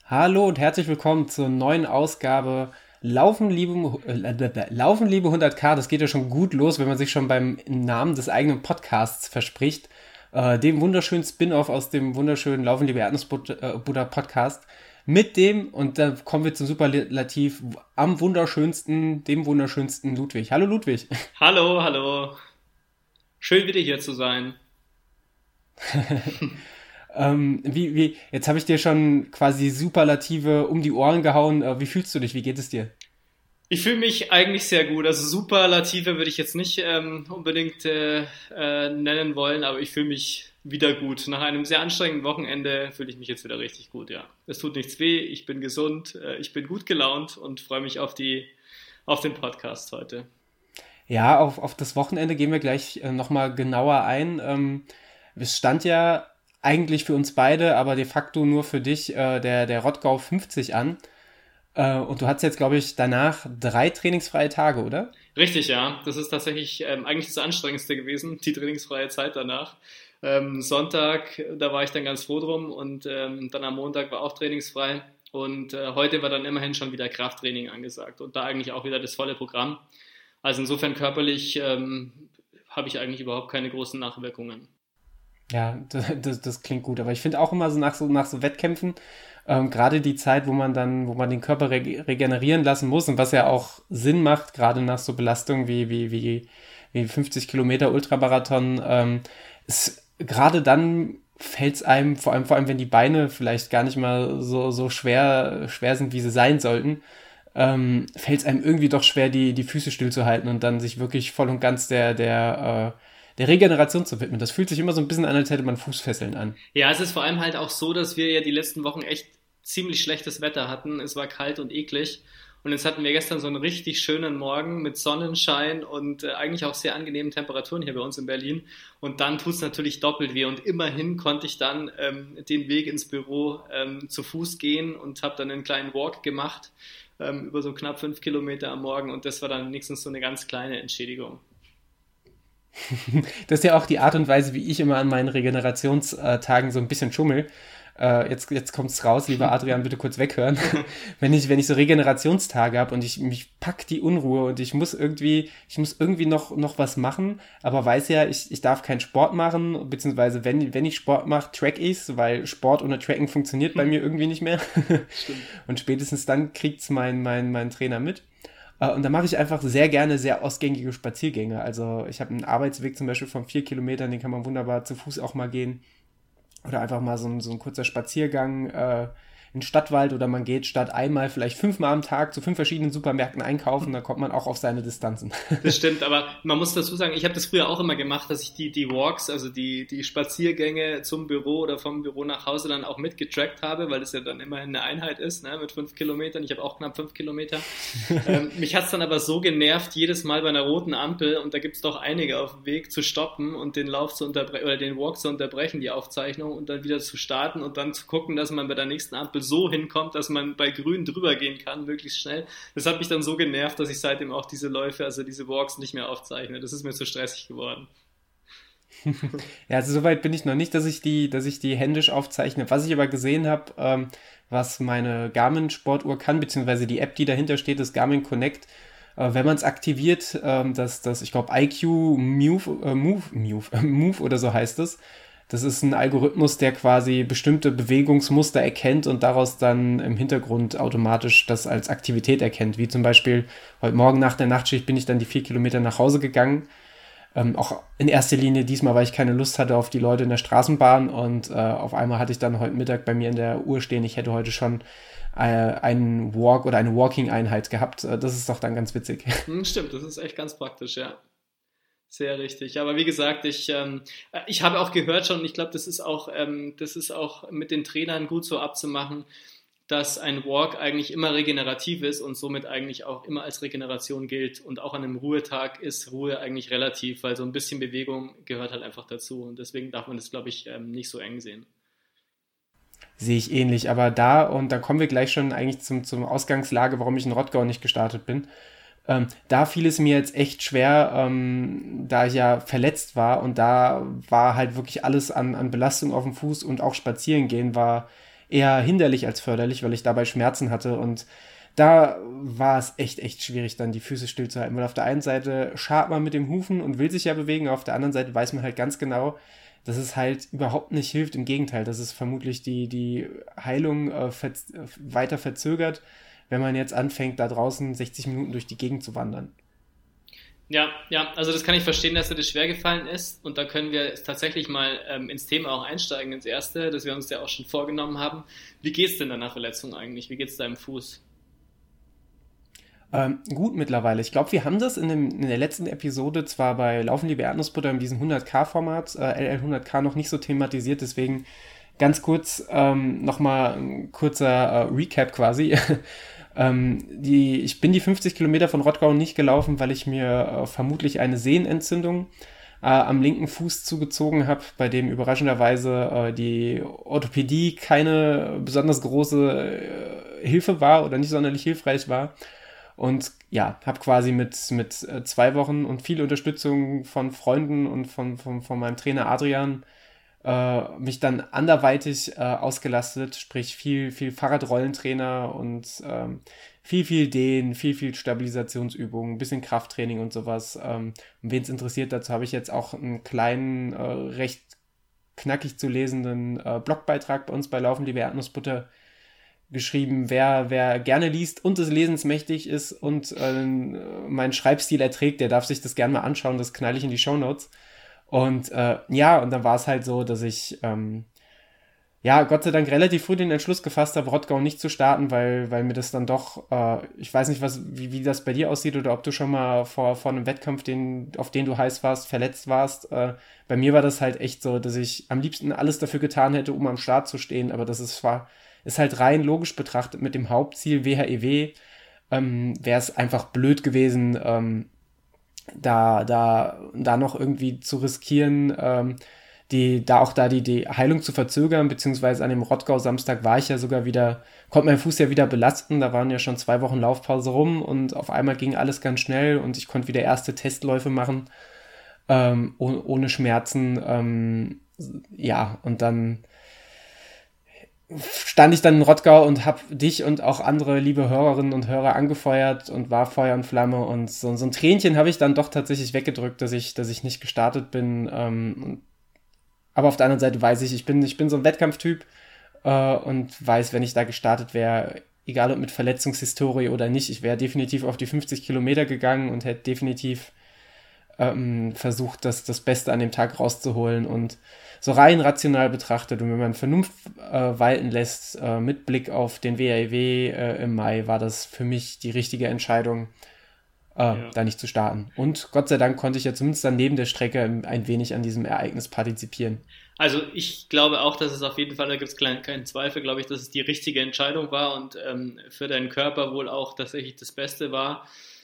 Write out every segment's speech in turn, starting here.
Hallo und herzlich willkommen zur neuen Ausgabe Laufen, liebe 100k. Das geht ja schon gut los, wenn man sich schon beim Namen des eigenen Podcasts verspricht. Dem wunderschönen Spin-off aus dem wunderschönen Laufen, liebe Erdnussbutter Podcast. Mit dem, und da kommen wir zum Superlativ, dem wunderschönsten Ludwig. Hallo Ludwig. Hallo, hallo. Schön wieder hier zu sein. Jetzt habe ich dir schon quasi Superlative um die Ohren gehauen. Wie fühlst du dich? Wie geht es dir? Ich fühle mich eigentlich sehr gut. Also Superlative würde ich jetzt nicht unbedingt nennen wollen, aber ich fühle mich wieder gut. Nach einem sehr anstrengenden Wochenende fühle ich mich jetzt wieder richtig gut, ja. Es tut nichts weh, ich bin gesund, ich bin gut gelaunt und freue mich auf den Podcast heute. Ja, auf das Wochenende gehen wir gleich nochmal genauer ein. Es stand ja eigentlich für uns beide, aber de facto nur für dich der Rottgau 50 an. Und du hattest jetzt, glaube ich, danach 3 trainingsfreie Tage, oder? Richtig, ja. Das ist tatsächlich eigentlich das Anstrengendste gewesen, die trainingsfreie Zeit danach. Sonntag, da war ich dann ganz froh drum und dann am Montag war auch trainingsfrei und heute war dann immerhin schon wieder Krafttraining angesagt und da eigentlich auch wieder das volle Programm. Also insofern körperlich habe ich eigentlich überhaupt keine großen Nachwirkungen. Ja, das klingt gut. Aber ich finde auch immer so nach so Wettkämpfen, gerade die Zeit, wo man den Körper regenerieren lassen muss und was ja auch Sinn macht, gerade nach so Belastungen wie 50 Kilometer Ultramarathon, gerade dann fällt es einem, vor allem wenn die Beine vielleicht gar nicht mal so schwer sind, wie sie sein sollten, fällt es einem irgendwie doch schwer, die Füße stillzuhalten und dann sich wirklich voll und ganz der Regeneration zu widmen. Das fühlt sich immer so ein bisschen an, als hätte man Fußfesseln an. Ja, es ist vor allem halt auch so, dass wir ja die letzten Wochen echt ziemlich schlechtes Wetter hatten. Es war kalt und eklig. Und jetzt hatten wir gestern so einen richtig schönen Morgen mit Sonnenschein und eigentlich auch sehr angenehmen Temperaturen hier bei uns in Berlin. Und dann tut es natürlich doppelt weh. Und immerhin konnte ich dann den Weg ins Büro zu Fuß gehen und habe dann einen kleinen Walk gemacht über so knapp 5 Kilometer am Morgen. Und das war dann wenigstens so eine ganz kleine Entschädigung. Das ist ja auch die Art und Weise, wie ich immer an meinen Regenerationstagen so ein bisschen schummel. Jetzt kommt's raus, lieber Adrian, bitte kurz weghören. Wenn ich so Regenerationstage habe und mich packt die Unruhe und ich muss irgendwie noch was machen, aber weiß ja, ich darf keinen Sport machen, beziehungsweise wenn ich Sport mache, track ich's, weil Sport ohne Tracken funktioniert bei mir irgendwie nicht mehr. Stimmt. Und spätestens dann kriegt's mein Trainer mit. Und da mache ich einfach sehr gerne sehr ausgängige Spaziergänge. Also ich habe einen Arbeitsweg zum Beispiel von 4 Kilometern, den kann man wunderbar zu Fuß auch mal gehen. Oder einfach mal so ein kurzer Spaziergang in den Stadtwald oder man geht statt einmal vielleicht 5-mal am Tag zu 5 verschiedenen Supermärkten einkaufen, da kommt man auch auf seine Distanzen. Das stimmt, aber man muss dazu sagen, ich habe das früher auch immer gemacht, dass ich die Walks, also die Spaziergänge zum Büro oder vom Büro nach Hause dann auch mitgetrackt habe, weil das ja dann immerhin eine Einheit ist, ne, mit 5 Kilometern. Ich habe auch knapp 5 Kilometer. Mich hat's dann aber so genervt, jedes Mal bei einer roten Ampel, und da gibt's doch einige auf dem Weg, zu stoppen und den Lauf zu unterbrechen oder den Walk zu unterbrechen, die Aufzeichnung, und dann wieder zu starten und dann zu gucken, dass man bei der nächsten Ampel so hinkommt, dass man bei Grün drüber gehen kann, möglichst schnell. Das hat mich dann so genervt, dass ich seitdem auch diese Läufe, also diese Walks nicht mehr aufzeichne. Das ist mir zu stressig geworden. Ja, also soweit bin ich noch nicht, dass ich die händisch aufzeichne. Was ich aber gesehen habe, was meine Garmin-Sportuhr kann, beziehungsweise die App, die dahinter steht, ist Garmin Connect. Wenn man es aktiviert, ich glaube, IQ Move oder so heißt es. Das ist ein Algorithmus, der quasi bestimmte Bewegungsmuster erkennt und daraus dann im Hintergrund automatisch das als Aktivität erkennt. Wie zum Beispiel heute Morgen nach der Nachtschicht bin ich dann die 4 Kilometer nach Hause gegangen. Auch in erster Linie diesmal, weil ich keine Lust hatte auf die Leute in der Straßenbahn und auf einmal hatte ich dann heute Mittag bei mir in der Uhr stehen, ich hätte heute schon einen Walk oder eine Walking-Einheit gehabt. Das ist doch dann ganz witzig. Stimmt, das ist echt ganz praktisch, ja. Sehr richtig. Aber wie gesagt, ich habe auch gehört schon, und ich glaube, das ist auch mit den Trainern gut so abzumachen, dass ein Walk eigentlich immer regenerativ ist und somit eigentlich auch immer als Regeneration gilt. Und auch an einem Ruhetag ist Ruhe eigentlich relativ, weil so ein bisschen Bewegung gehört halt einfach dazu. Und deswegen darf man das, glaube ich, nicht so eng sehen. Sehe ich ähnlich, aber da kommen wir gleich schon eigentlich zum Ausgangslage, warum ich in Rottgau nicht gestartet bin. Da fiel es mir jetzt echt schwer, da ich ja verletzt war und da war halt wirklich alles an Belastung auf dem Fuß und auch spazieren gehen war eher hinderlich als förderlich, weil ich dabei Schmerzen hatte und da war es echt schwierig, dann die Füße stillzuhalten, weil auf der einen Seite scharrt man mit dem Hufen und will sich ja bewegen, auf der anderen Seite weiß man halt ganz genau, dass es halt überhaupt nicht hilft. Im Gegenteil, dass es vermutlich die Heilung weiter verzögert, wenn man jetzt anfängt, da draußen 60 Minuten durch die Gegend zu wandern. Ja, ja, also das kann ich verstehen, dass dir das schwer gefallen ist und da können wir tatsächlich mal ins Thema auch einsteigen, ins erste, das wir uns ja auch schon vorgenommen haben. Wie geht's denn deiner Verletzung eigentlich? Wie geht's deinem Fuß? Gut mittlerweile. Ich glaube, wir haben das in der letzten Episode zwar bei Laufen liebe Erdnussbutter in diesem 100K-Format, LL 100K, noch nicht so thematisiert, deswegen ganz kurz nochmal ein kurzer Recap quasi. Ich bin die 50 Kilometer von Rottgau nicht gelaufen, weil ich mir vermutlich eine Sehnenentzündung am linken Fuß zugezogen habe, bei dem überraschenderweise die Orthopädie keine besonders große Hilfe war oder nicht sonderlich hilfreich war. Und ja, habe quasi mit 2 Wochen und viel Unterstützung von Freunden und von meinem Trainer Adrian mich dann anderweitig ausgelastet, sprich viel Fahrradrollentrainer und viel Dehnen, viel Stabilisationsübungen, ein bisschen Krafttraining und sowas. Und wen es interessiert, dazu habe ich jetzt auch einen kleinen, recht knackig zu lesenden Blogbeitrag bei uns bei Laufen liebe Erdnussbutter geschrieben, wer gerne liest und des Lesens mächtig ist und meinen Schreibstil erträgt, der darf sich das gerne mal anschauen, das knall ich in die Shownotes. Und ja, und dann war es halt so, dass ich ja, Gott sei Dank relativ früh den Entschluss gefasst habe, Rottgau nicht zu starten, weil mir das dann doch, ich weiß nicht, wie das bei dir aussieht oder ob du schon mal vor einem Wettkampf, auf den du heiß warst, verletzt warst. Bei mir war das halt echt so, dass ich am liebsten alles dafür getan hätte, um am Start zu stehen, aber ist halt rein logisch betrachtet mit dem Hauptziel WHEW, wäre es einfach blöd gewesen, da noch irgendwie zu riskieren, die Heilung zu verzögern, beziehungsweise an dem Rottgau-Samstag war ich ja sogar wieder, konnte mein Fuß ja wieder belasten, da waren ja schon 2 Wochen Laufpause rum und auf einmal ging alles ganz schnell und ich konnte wieder erste Testläufe machen, ohne Schmerzen, ja, und dann stand ich dann in Rottgau und habe dich und auch andere liebe Hörerinnen und Hörer angefeuert und war Feuer und Flamme und so ein Tränchen habe ich dann doch tatsächlich weggedrückt, dass ich nicht gestartet bin. Aber auf der anderen Seite weiß ich bin so ein Wettkampftyp und weiß, wenn ich da gestartet wäre, egal ob mit Verletzungshistorie oder nicht, ich wäre definitiv auf die 50 Kilometer gegangen und hätte definitiv versucht, das Beste an dem Tag rauszuholen und so rein rational betrachtet und wenn man Vernunft walten lässt, mit Blick auf den WHEW im Mai, war das für mich die richtige Entscheidung, da nicht zu starten. Und Gott sei Dank konnte ich ja zumindest dann neben der Strecke ein wenig an diesem Ereignis partizipieren. Also ich glaube auch, dass es auf jeden Fall, da gibt es keinen Zweifel, glaube ich, dass es die richtige Entscheidung war und für deinen Körper wohl auch tatsächlich das Beste war.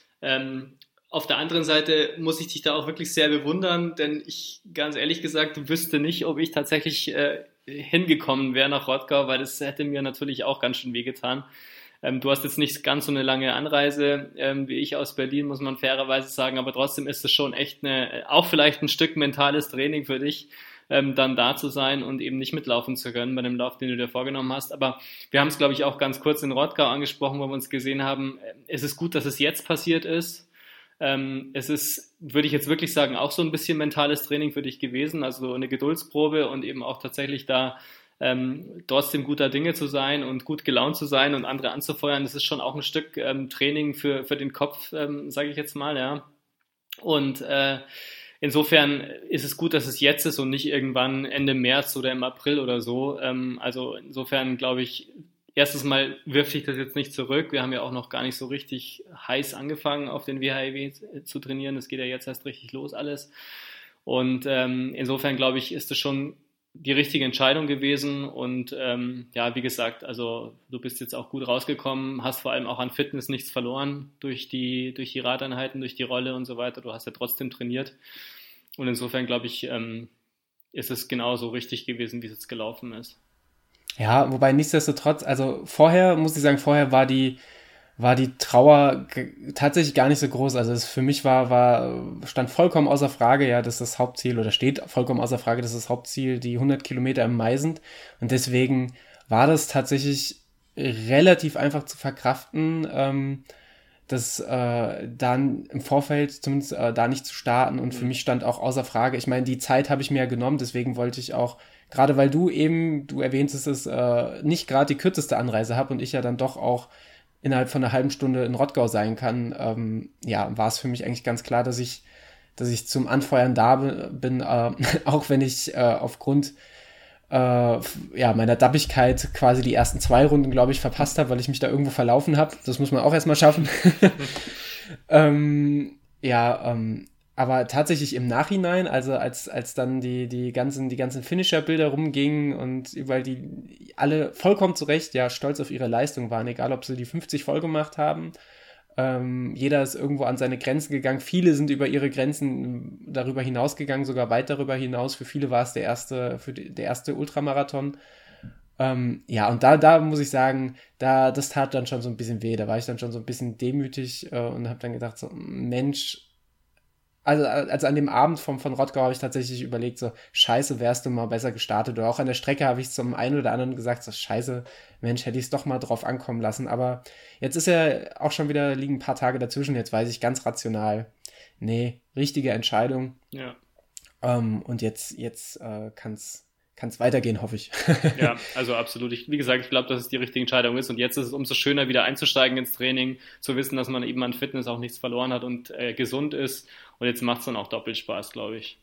Auf der anderen Seite muss ich dich da auch wirklich sehr bewundern, denn ich, ganz ehrlich gesagt, wüsste nicht, ob ich tatsächlich hingekommen wäre nach Rottgau, weil das hätte mir natürlich auch ganz schön wehgetan. Du hast jetzt nicht ganz so eine lange Anreise wie ich aus Berlin, muss man fairerweise sagen, aber trotzdem ist es schon echt auch vielleicht ein Stück mentales Training für dich, dann da zu sein und eben nicht mitlaufen zu können bei dem Lauf, den du dir vorgenommen hast. Aber wir haben es, glaube ich, auch ganz kurz in Rottgau angesprochen, wo wir uns gesehen haben, es ist gut, dass es jetzt passiert ist. Es ist, würde ich jetzt wirklich sagen, auch so ein bisschen mentales Training für dich gewesen, also eine Geduldsprobe und eben auch tatsächlich da trotzdem guter Dinge zu sein und gut gelaunt zu sein und andere anzufeuern, das ist schon auch ein Stück Training für den Kopf, sage ich jetzt mal, ja. Und insofern ist es gut, dass es jetzt ist und nicht irgendwann Ende März oder im April oder so. Also insofern glaube ich, erstens mal wirft sich das jetzt nicht zurück. Wir haben ja auch noch gar nicht so richtig heiß angefangen, auf den WHEW zu trainieren. Das geht ja jetzt erst richtig los alles. Und insofern glaube ich, ist es schon die richtige Entscheidung gewesen. Und ja, wie gesagt, also du bist jetzt auch gut rausgekommen, hast vor allem auch an Fitness nichts verloren durch die Radeinheiten, durch die Rolle und so weiter. Du hast ja trotzdem trainiert. Und insofern glaube ich, ist es genauso richtig gewesen, wie es jetzt gelaufen ist. Ja, wobei nichtsdestotrotz, also muss ich sagen, vorher war die Trauer tatsächlich gar nicht so groß. Also es für mich stand vollkommen außer Frage, ja, dass das Hauptziel oder steht vollkommen außer Frage, dass das Hauptziel die 100 Kilometer im Mai sind. Und deswegen war das tatsächlich relativ einfach zu verkraften, das dann im Vorfeld zumindest da nicht zu starten, und für mich stand auch außer Frage, ich meine, die Zeit habe ich mir ja genommen, deswegen wollte ich auch, gerade weil du erwähntest es, nicht gerade die kürzeste Anreise habe und ich ja dann doch auch innerhalb von einer halben Stunde in Rottgau sein kann, war es für mich eigentlich ganz klar, dass ich zum Anfeuern da bin, auch wenn ich aufgrund meiner Dappigkeit quasi die ersten 2 Runden, glaube ich, verpasst habe, weil ich mich da irgendwo verlaufen habe. Das muss man auch erstmal schaffen. Aber tatsächlich im Nachhinein, also als dann die ganzen Finisher-Bilder rumgingen und überall die alle vollkommen zu Recht ja stolz auf ihre Leistung waren, egal ob sie die 50 voll gemacht haben. Jeder ist irgendwo an seine Grenzen gegangen. Viele sind über ihre Grenzen darüber hinausgegangen, sogar weit darüber hinaus. Für viele war es der erste Ultramarathon. Und da muss ich sagen, das tat dann schon so ein bisschen weh. Da war ich dann schon so ein bisschen demütig und habe dann gedacht, so, Mensch, also an dem Abend von Rottgau habe ich tatsächlich überlegt, so, scheiße, wärst du mal besser gestartet. Oder auch an der Strecke habe ich zum einen oder anderen gesagt, so, scheiße, Mensch, hätte ich es doch mal drauf ankommen lassen. Aber jetzt ist ja auch schon wieder, liegen ein paar Tage dazwischen. Jetzt weiß ich ganz rational, nee, richtige Entscheidung. Ja. Und jetzt kann es weitergehen, hoffe ich. Ja, also absolut. Wie gesagt, ich glaube, dass es die richtige Entscheidung ist. Und jetzt ist es umso schöner, wieder einzusteigen ins Training, zu wissen, dass man eben an Fitness auch nichts verloren hat und gesund ist. Und jetzt macht es dann auch doppelt Spaß, glaube ich.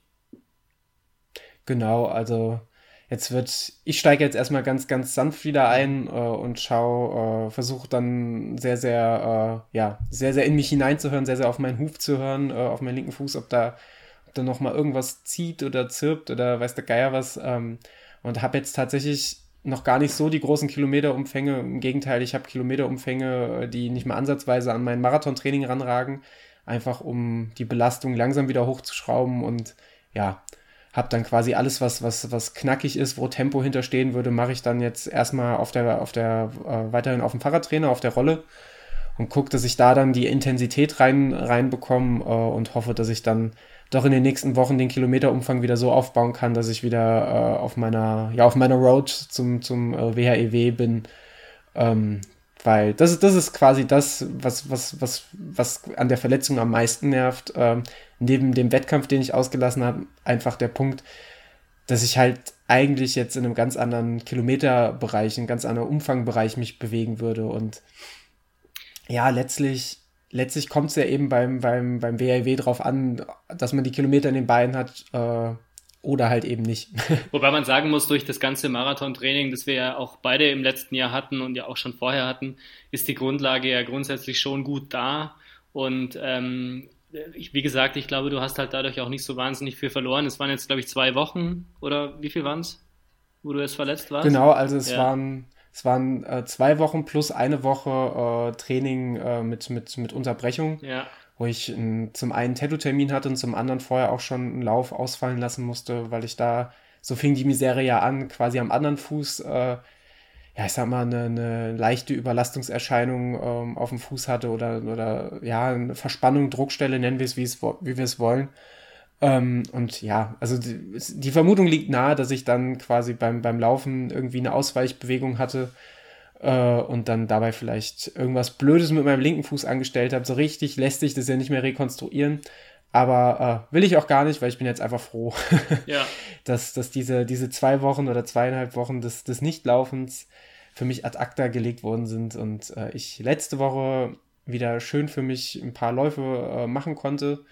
Genau, also ich steige jetzt erstmal ganz, ganz sanft wieder ein und versuche dann sehr, sehr, sehr, sehr in mich hineinzuhören, sehr, sehr auf meinen Huf zu hören, auf meinen linken Fuß, ob da noch mal irgendwas zieht oder zirpt oder weiß der Geier was. Und habe jetzt tatsächlich noch gar nicht so die großen Kilometerumfänge. Im Gegenteil, ich habe Kilometerumfänge, die nicht mal ansatzweise an mein Marathontraining ranragen. Einfach um die Belastung langsam wieder hochzuschrauben, und ja, habe dann quasi alles, was knackig ist, wo Tempo hinterstehen würde, mache ich dann jetzt erstmal weiterhin auf dem Fahrradtrainer, auf der Rolle, und gucke, dass ich da dann die Intensität reinbekomme und hoffe, dass ich dann doch in den nächsten Wochen den Kilometerumfang wieder so aufbauen kann, dass ich wieder auf meiner Road zum WHEW bin, weil das ist quasi das, was an der Verletzung am meisten nervt, neben dem Wettkampf, den ich ausgelassen habe, einfach der Punkt, dass ich halt eigentlich jetzt in einem ganz anderen Kilometerbereich, in einem ganz anderen Umfangbereich mich bewegen würde, und ja, letztlich kommt es ja eben beim WHW drauf an, dass man die Kilometer in den Beinen hat oder halt eben nicht. Wobei man sagen muss, durch das ganze Marathontraining, das wir ja auch beide im letzten Jahr hatten und ja auch schon vorher hatten, ist die Grundlage ja grundsätzlich schon gut da. Und wie gesagt, ich glaube, du hast halt dadurch auch nicht so wahnsinnig viel verloren. Es waren jetzt, glaube ich, 2 Wochen, oder wie viel waren es, wo du jetzt verletzt warst? Genau, also es waren 2 Wochen plus eine Woche Training mit Unterbrechung, Ja. wo ich zum einen Tattoo-Termin hatte und zum anderen vorher auch schon einen Lauf ausfallen lassen musste, weil ich da, so fing die Misere ja an, quasi am anderen Fuß, ich sag mal, eine leichte Überlastungserscheinung auf dem Fuß hatte oder eine Verspannung, Druckstelle, nennen wir es, wie wir es wollen. Und ja, also die Vermutung liegt nahe, dass ich dann quasi beim Laufen irgendwie eine Ausweichbewegung hatte und dann dabei vielleicht irgendwas Blödes mit meinem linken Fuß angestellt habe. So richtig lässt sich das ja nicht mehr rekonstruieren, aber will ich auch gar nicht, weil ich bin jetzt einfach froh, Ja. dass diese 2 Wochen oder 2,5 Wochen des Nichtlaufens für mich ad acta gelegt worden sind und ich letzte Woche wieder schön für mich ein paar Läufe machen konnte.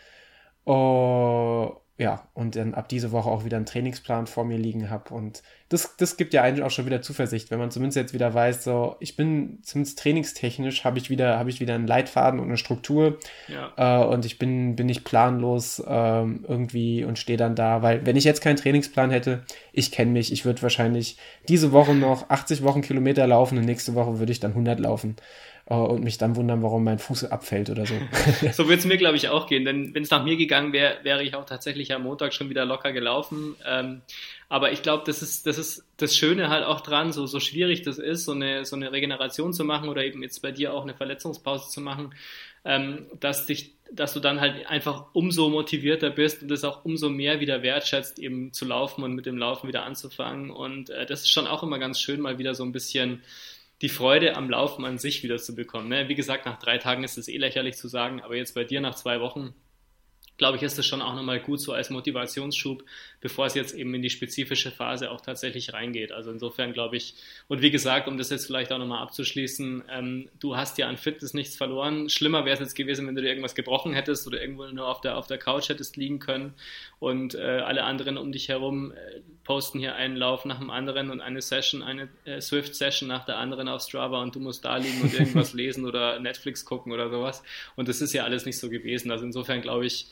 Und dann ab diese Woche auch wieder einen Trainingsplan vor mir liegen habe. Und das gibt ja eigentlich auch schon wieder Zuversicht, wenn man zumindest jetzt wieder weiß, so, ich bin zumindest trainingstechnisch, habe ich wieder einen Leitfaden und eine Struktur. Ja. Und ich bin nicht planlos irgendwie und stehe dann da, weil wenn ich jetzt keinen Trainingsplan hätte, ich kenne mich, ich würde wahrscheinlich diese Woche noch 80 Wochenkilometer laufen und nächste Woche würde ich dann 100 laufen. Und mich dann wundern, warum mein Fuß abfällt oder so. So wird es mir, glaube ich, auch gehen, denn wenn es nach mir gegangen wäre, wäre ich auch tatsächlich am Montag schon wieder locker gelaufen. Aber ich glaube, das ist das Schöne halt auch dran, so schwierig das ist, so eine Regeneration zu machen oder eben jetzt bei dir auch eine Verletzungspause zu machen. dass du dann halt einfach umso motivierter bist und das auch umso mehr wieder wertschätzt, eben zu laufen und mit dem Laufen wieder anzufangen. Und das ist schon auch immer ganz schön, mal wieder so ein bisschen die Freude am Laufen an sich wieder zu bekommen. Ne? Wie gesagt, nach 3 Tagen ist es lächerlich zu sagen, aber jetzt bei dir nach 2 Wochen, glaube ich, ist das schon auch nochmal gut so als Motivationsschub, bevor es jetzt eben in die spezifische Phase auch tatsächlich reingeht. Also insofern glaube ich, und wie gesagt, um das jetzt vielleicht auch nochmal abzuschließen, du hast ja an Fitness nichts verloren. Schlimmer wäre es jetzt gewesen, wenn du dir irgendwas gebrochen hättest oder irgendwo nur auf der Couch hättest liegen können und alle anderen um dich herum posten hier einen Lauf nach dem anderen und eine Swift-Session nach der anderen auf Strava und du musst da liegen und irgendwas lesen oder Netflix gucken oder sowas. Und das ist ja alles nicht so gewesen. Also insofern glaube ich,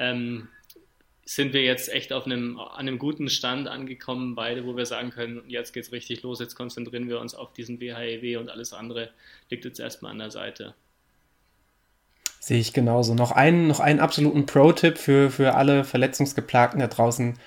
sind wir jetzt echt an einem guten Stand angekommen, beide, wo wir sagen können, jetzt geht's richtig los, jetzt konzentrieren wir uns auf diesen WHEW und alles andere liegt jetzt erstmal an der Seite. Sehe ich genauso. Noch einen absoluten Pro-Tipp für alle Verletzungsgeplagten da draußen.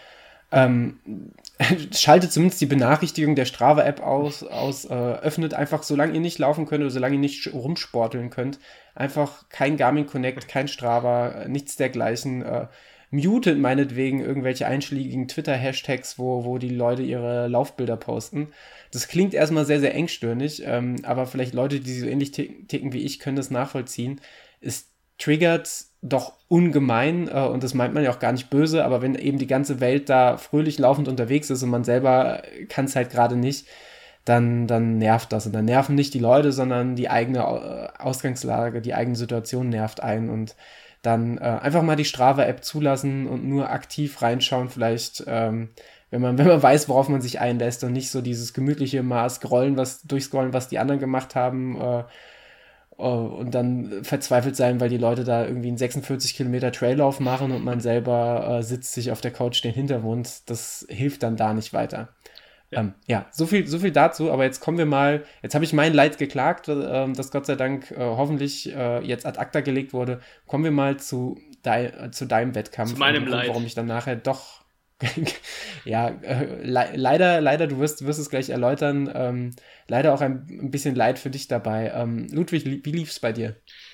Schaltet zumindest die Benachrichtigung der Strava-App aus, öffnet einfach, solange ihr nicht laufen könnt oder solange ihr nicht rumsporteln könnt, einfach kein Garmin Connect, kein Strava, nichts dergleichen. Mutet meinetwegen irgendwelche einschlägigen Twitter-Hashtags, wo die Leute ihre Laufbilder posten. Das klingt erstmal sehr, sehr engstirnig, aber vielleicht Leute, die so ähnlich ticken wie ich, können das nachvollziehen. Es triggert doch ungemein, und das meint man ja auch gar nicht böse, aber wenn eben die ganze Welt da fröhlich laufend unterwegs ist und man selber kann es halt gerade nicht, dann nervt das. Und dann nerven nicht die Leute, sondern die eigene Ausgangslage, die eigene Situation nervt einen. Und dann einfach mal die Strava-App zulassen und nur aktiv reinschauen, vielleicht, wenn man weiß, worauf man sich einlässt und nicht so dieses gemütliche mal durchscrollen, was die anderen gemacht haben, und dann verzweifelt sein, weil die Leute da irgendwie einen 46 Kilometer Traillauf machen und man selber sitzt sich auf der Couch den Hintergrund. Das hilft dann da nicht weiter. Ja, so viel dazu, aber jetzt habe ich mein Leid geklagt, das Gott sei Dank hoffentlich jetzt ad acta gelegt wurde. Kommen wir mal zu deinem Wettkampf. Zu meinem Grund, Leid. warum ich dann nachher doch ja, leider, du wirst es gleich erläutern, leider auch ein bisschen Leid für dich dabei. Ludwig, wie lief es bei dir?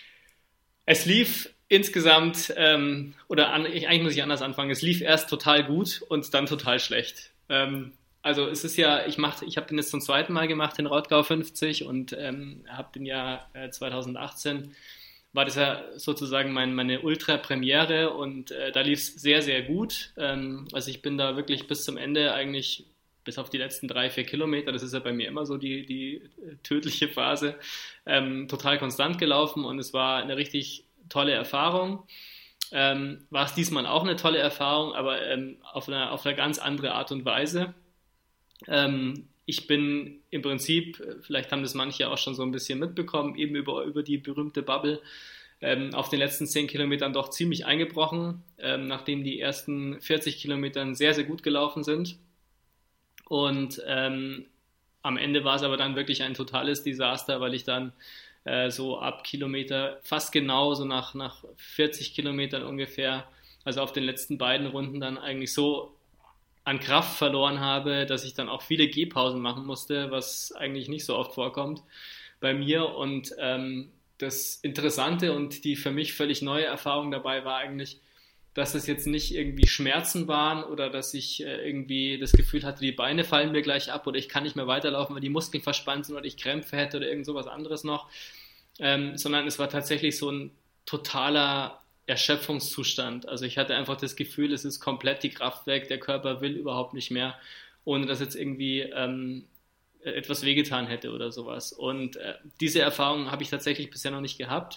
Es lief insgesamt, eigentlich muss ich anders anfangen, es lief erst total gut und dann total schlecht. Also es ist ja, ich habe den jetzt zum 2. Mal gemacht, den Rothgau 50 und habe den Jahr 2018 war das ja sozusagen meine Ultra-Premiere und da lief es sehr, sehr gut. Also ich bin da wirklich bis zum Ende eigentlich, bis auf die letzten 3-4 Kilometer, das ist ja bei mir immer so die tödliche Phase, total konstant gelaufen und es war eine richtig tolle Erfahrung. War es diesmal auch eine tolle Erfahrung, aber auf eine ganz andere Art und Weise. Ich bin im Prinzip, vielleicht haben das manche auch schon so ein bisschen mitbekommen, eben über die berühmte Bubble, auf den letzten 10 Kilometern doch ziemlich eingebrochen, nachdem die ersten 40 Kilometern sehr, sehr gut gelaufen sind. Und am Ende war es aber dann wirklich ein totales Desaster, weil ich dann so ab Kilometer, fast genau so nach 40 Kilometern ungefähr, also auf den letzten beiden Runden dann eigentlich so an Kraft verloren habe, dass ich dann auch viele Gehpausen machen musste, was eigentlich nicht so oft vorkommt bei mir. Und das Interessante und die für mich völlig neue Erfahrung dabei war eigentlich, dass es jetzt nicht irgendwie Schmerzen waren oder dass ich irgendwie das Gefühl hatte, die Beine fallen mir gleich ab oder ich kann nicht mehr weiterlaufen, weil die Muskeln verspannt sind oder ich Krämpfe hätte oder irgend sowas anderes noch, sondern es war tatsächlich so ein totaler Erschöpfungszustand. Also ich hatte einfach das Gefühl, es ist komplett die Kraft weg, der Körper will überhaupt nicht mehr, ohne dass jetzt irgendwie etwas wehgetan hätte oder sowas. Und diese Erfahrung habe ich tatsächlich bisher noch nicht gehabt.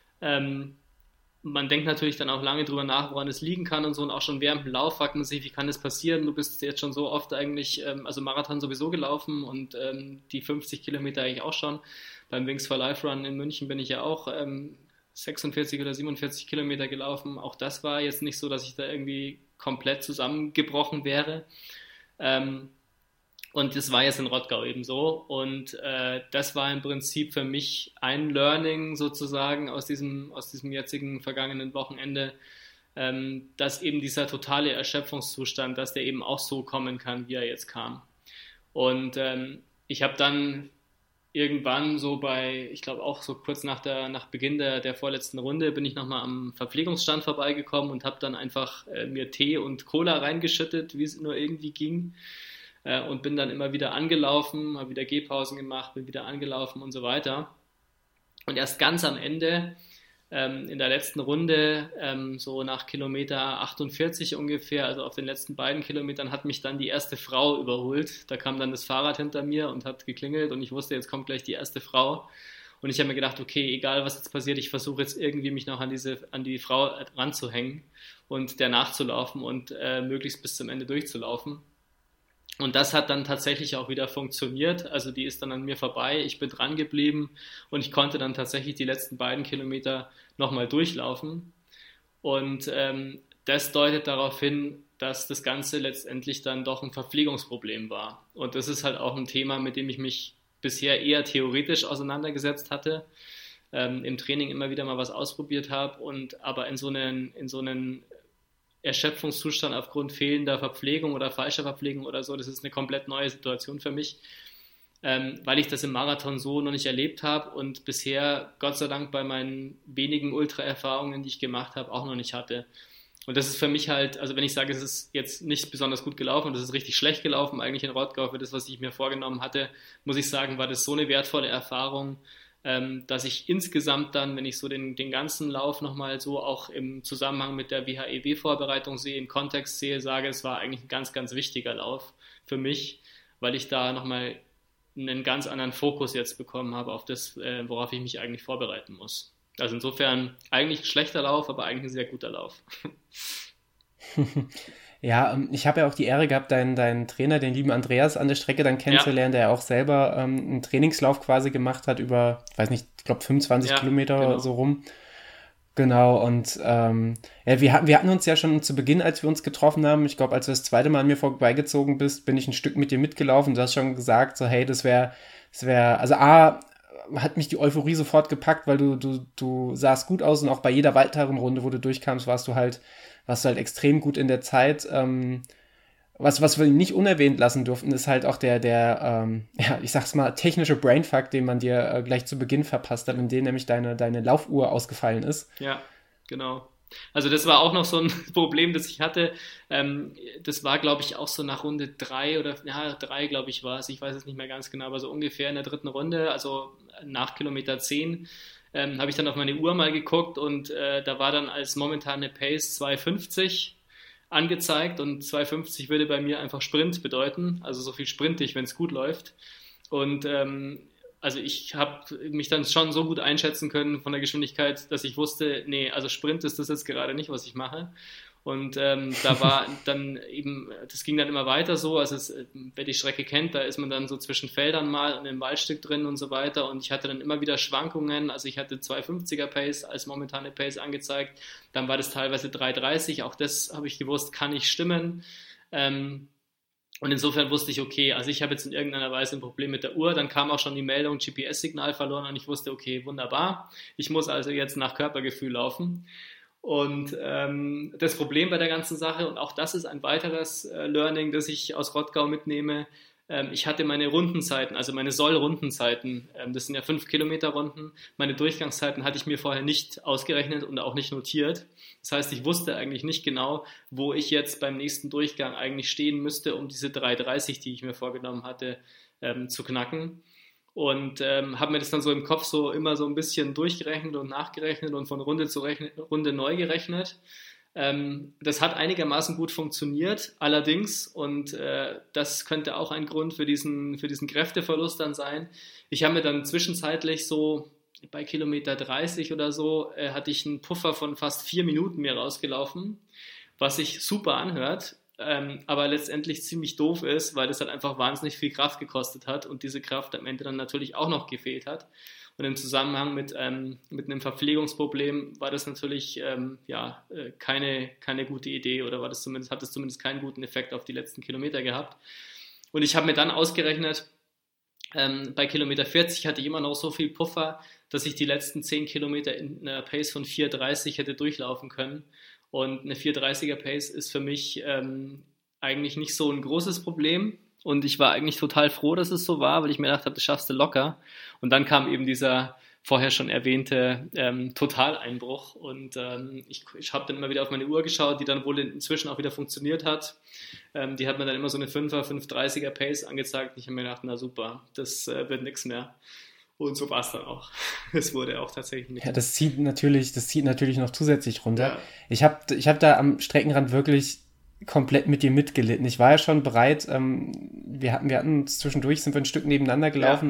Man denkt natürlich dann auch lange drüber nach, woran es liegen kann und so, und auch schon während dem Lauf fragt man sich, wie kann das passieren? Du bist jetzt schon so oft eigentlich, also Marathon sowieso gelaufen und die 50 Kilometer eigentlich auch schon. Beim Wings for Life Run in München bin ich ja auch 46 oder 47 Kilometer gelaufen. Auch das war jetzt nicht so, dass ich da irgendwie komplett zusammengebrochen wäre. Und das war jetzt in Rothgau eben so. Und das war im Prinzip für mich ein Learning sozusagen aus diesem jetzigen vergangenen Wochenende, dass eben dieser totale Erschöpfungszustand, dass der eben auch so kommen kann, wie er jetzt kam. Und ich habe dann irgendwann so ich glaube auch so kurz nach Beginn der vorletzten Runde, bin ich nochmal am Verpflegungsstand vorbeigekommen und habe dann einfach mir Tee und Cola reingeschüttet, wie es nur irgendwie ging. Und bin dann immer wieder angelaufen, habe wieder Gehpausen gemacht, bin wieder angelaufen und so weiter. Und erst ganz am Ende, in der letzten Runde, so nach Kilometer 48 ungefähr, also auf den letzten beiden Kilometern, hat mich dann die erste Frau überholt. Da kam dann das Fahrrad hinter mir und hat geklingelt und ich wusste, jetzt kommt gleich die erste Frau. Und ich habe mir gedacht, okay, egal was jetzt passiert, ich versuche jetzt irgendwie mich noch an die Frau ranzuhängen und der nachzulaufen und möglichst bis zum Ende durchzulaufen. Und das hat dann tatsächlich auch wieder funktioniert. Also die ist dann an mir vorbei, ich bin dran geblieben und ich konnte dann tatsächlich die letzten beiden Kilometer nochmal durchlaufen. Und das deutet darauf hin, dass das Ganze letztendlich dann doch ein Verpflegungsproblem war. Und das ist halt auch ein Thema, mit dem ich mich bisher eher theoretisch auseinandergesetzt hatte, im Training immer wieder mal was ausprobiert habe und aber in so einen Erschöpfungszustand aufgrund fehlender Verpflegung oder falscher Verpflegung oder so, das ist eine komplett neue Situation für mich, weil ich das im Marathon so noch nicht erlebt habe und bisher, Gott sei Dank, bei meinen wenigen Ultra-Erfahrungen, die ich gemacht habe, auch noch nicht hatte. Und das ist für mich halt, also wenn ich sage, es ist jetzt nicht besonders gut gelaufen und es ist richtig schlecht gelaufen, eigentlich in Rottgau für das, was ich mir vorgenommen hatte, muss ich sagen, war das so eine wertvolle Erfahrung, dass ich insgesamt dann, wenn ich so den ganzen Lauf nochmal so auch im Zusammenhang mit der WHEW-Vorbereitung sehe, im Kontext sehe, sage, es war eigentlich ein ganz, ganz wichtiger Lauf für mich, weil ich da nochmal einen ganz anderen Fokus jetzt bekommen habe auf das, worauf ich mich eigentlich vorbereiten muss. Also insofern eigentlich ein schlechter Lauf, aber eigentlich ein sehr guter Lauf. Ja, ich habe ja auch die Ehre gehabt, deinen Trainer, den lieben Andreas, an der Strecke dann kennenzulernen, der ja auch selber einen Trainingslauf quasi gemacht hat über, ich weiß nicht, ich glaube 25 Kilometer genau. so rum. Genau, und ja, wir hatten uns ja schon zu Beginn, als wir uns getroffen haben, ich glaube, als du das zweite Mal an mir vorbeigezogen bist, bin ich ein Stück mit dir mitgelaufen. Du hast schon gesagt, so hey, das wäre, also A, hat mich die Euphorie sofort gepackt, weil du sahst gut aus und auch bei jeder weiteren Runde, wo du durchkamst, warst du halt extrem gut in der Zeit. Was wir nicht unerwähnt lassen durften, ist halt auch ja, ich sag's mal, technische Brainfuck, den man dir gleich zu Beginn verpasst hat, in dem nämlich deine Laufuhr ausgefallen ist. Ja, genau. Also das war auch noch so ein Problem, das ich hatte. Das war, glaube ich, auch so nach Runde 3 oder, ja, 3, glaube ich, war es. Ich weiß es nicht mehr ganz genau, aber so ungefähr in der dritten Runde, also nach Kilometer 10, habe ich dann auf meine Uhr mal geguckt und da war dann als momentane Pace 2,50 angezeigt und 2,50 würde bei mir einfach Sprint bedeuten, also so viel sprinte ich, wenn es gut läuft. Und also ich habe mich dann schon so gut einschätzen können von der Geschwindigkeit, dass ich wusste, nee, also Sprint ist das jetzt gerade nicht, was ich mache. Und da war dann eben, das ging dann immer weiter so, also wer die Strecke kennt, da ist man dann so zwischen Feldern mal und im Waldstück drin und so weiter und ich hatte dann immer wieder Schwankungen, also ich hatte 2,50er Pace als momentane Pace angezeigt, dann war das teilweise 3,30, auch das habe ich gewusst, kann nicht stimmen. Und insofern wusste ich, okay, also ich habe jetzt in irgendeiner Weise ein Problem mit der Uhr, dann kam auch schon die Meldung, GPS-Signal verloren und ich wusste, okay, wunderbar, ich muss also jetzt nach Körpergefühl laufen. Und das Problem bei der ganzen Sache, und auch das ist ein weiteres Learning, das ich aus Rottgau mitnehme, ich hatte meine Rundenzeiten, also meine Soll-Rundenzeiten, das sind ja 5 Kilometer Runden, meine Durchgangszeiten hatte ich mir vorher nicht ausgerechnet und auch nicht notiert. Das heißt, ich wusste eigentlich nicht genau, wo ich jetzt beim nächsten Durchgang eigentlich stehen müsste, um diese 3,30, die ich mir vorgenommen hatte, zu knacken. Und habe mir das dann so im Kopf so immer so ein bisschen durchgerechnet und nachgerechnet und von Runde zu Runde neu gerechnet. Das hat einigermaßen gut funktioniert, allerdings, und das könnte auch ein Grund für diesen Kräfteverlust dann sein. Ich habe mir dann zwischenzeitlich so bei Kilometer 30 oder so, hatte ich einen Puffer von fast 4 Minuten mir rausgelaufen, was sich super anhört. Aber letztendlich ziemlich doof ist, weil das halt einfach wahnsinnig viel Kraft gekostet hat und diese Kraft am Ende dann natürlich auch noch gefehlt hat. Und im Zusammenhang mit einem Verpflegungsproblem war das natürlich keine gute Idee oder hat es zumindest keinen guten Effekt auf die letzten Kilometer gehabt. Und ich habe mir dann ausgerechnet, bei Kilometer 40 hatte ich immer noch so viel Puffer, dass ich die letzten 10 Kilometer in einer Pace von 4,30 hätte durchlaufen können. Und eine 4,30er Pace ist für mich eigentlich nicht so ein großes Problem. und ich war eigentlich total froh, dass es so war, weil ich mir gedacht habe, das schaffst du locker. Und dann kam eben dieser vorher schon erwähnte Totaleinbruch und ich habe dann immer wieder auf meine Uhr geschaut, die dann wohl inzwischen auch wieder funktioniert hat. Die hat mir dann immer so eine 5er Pace angezeigt und ich habe mir gedacht, na super, das wird nichts mehr. Und so war es dann auch. Es wurde auch tatsächlich nicht. Ja, das zieht natürlich noch zusätzlich runter. Ja. Ich hab da am Streckenrand wirklich komplett mit dir mitgelitten. Ich war ja schon bereit, wir hatten uns zwischendurch, sind wir ein Stück nebeneinander gelaufen,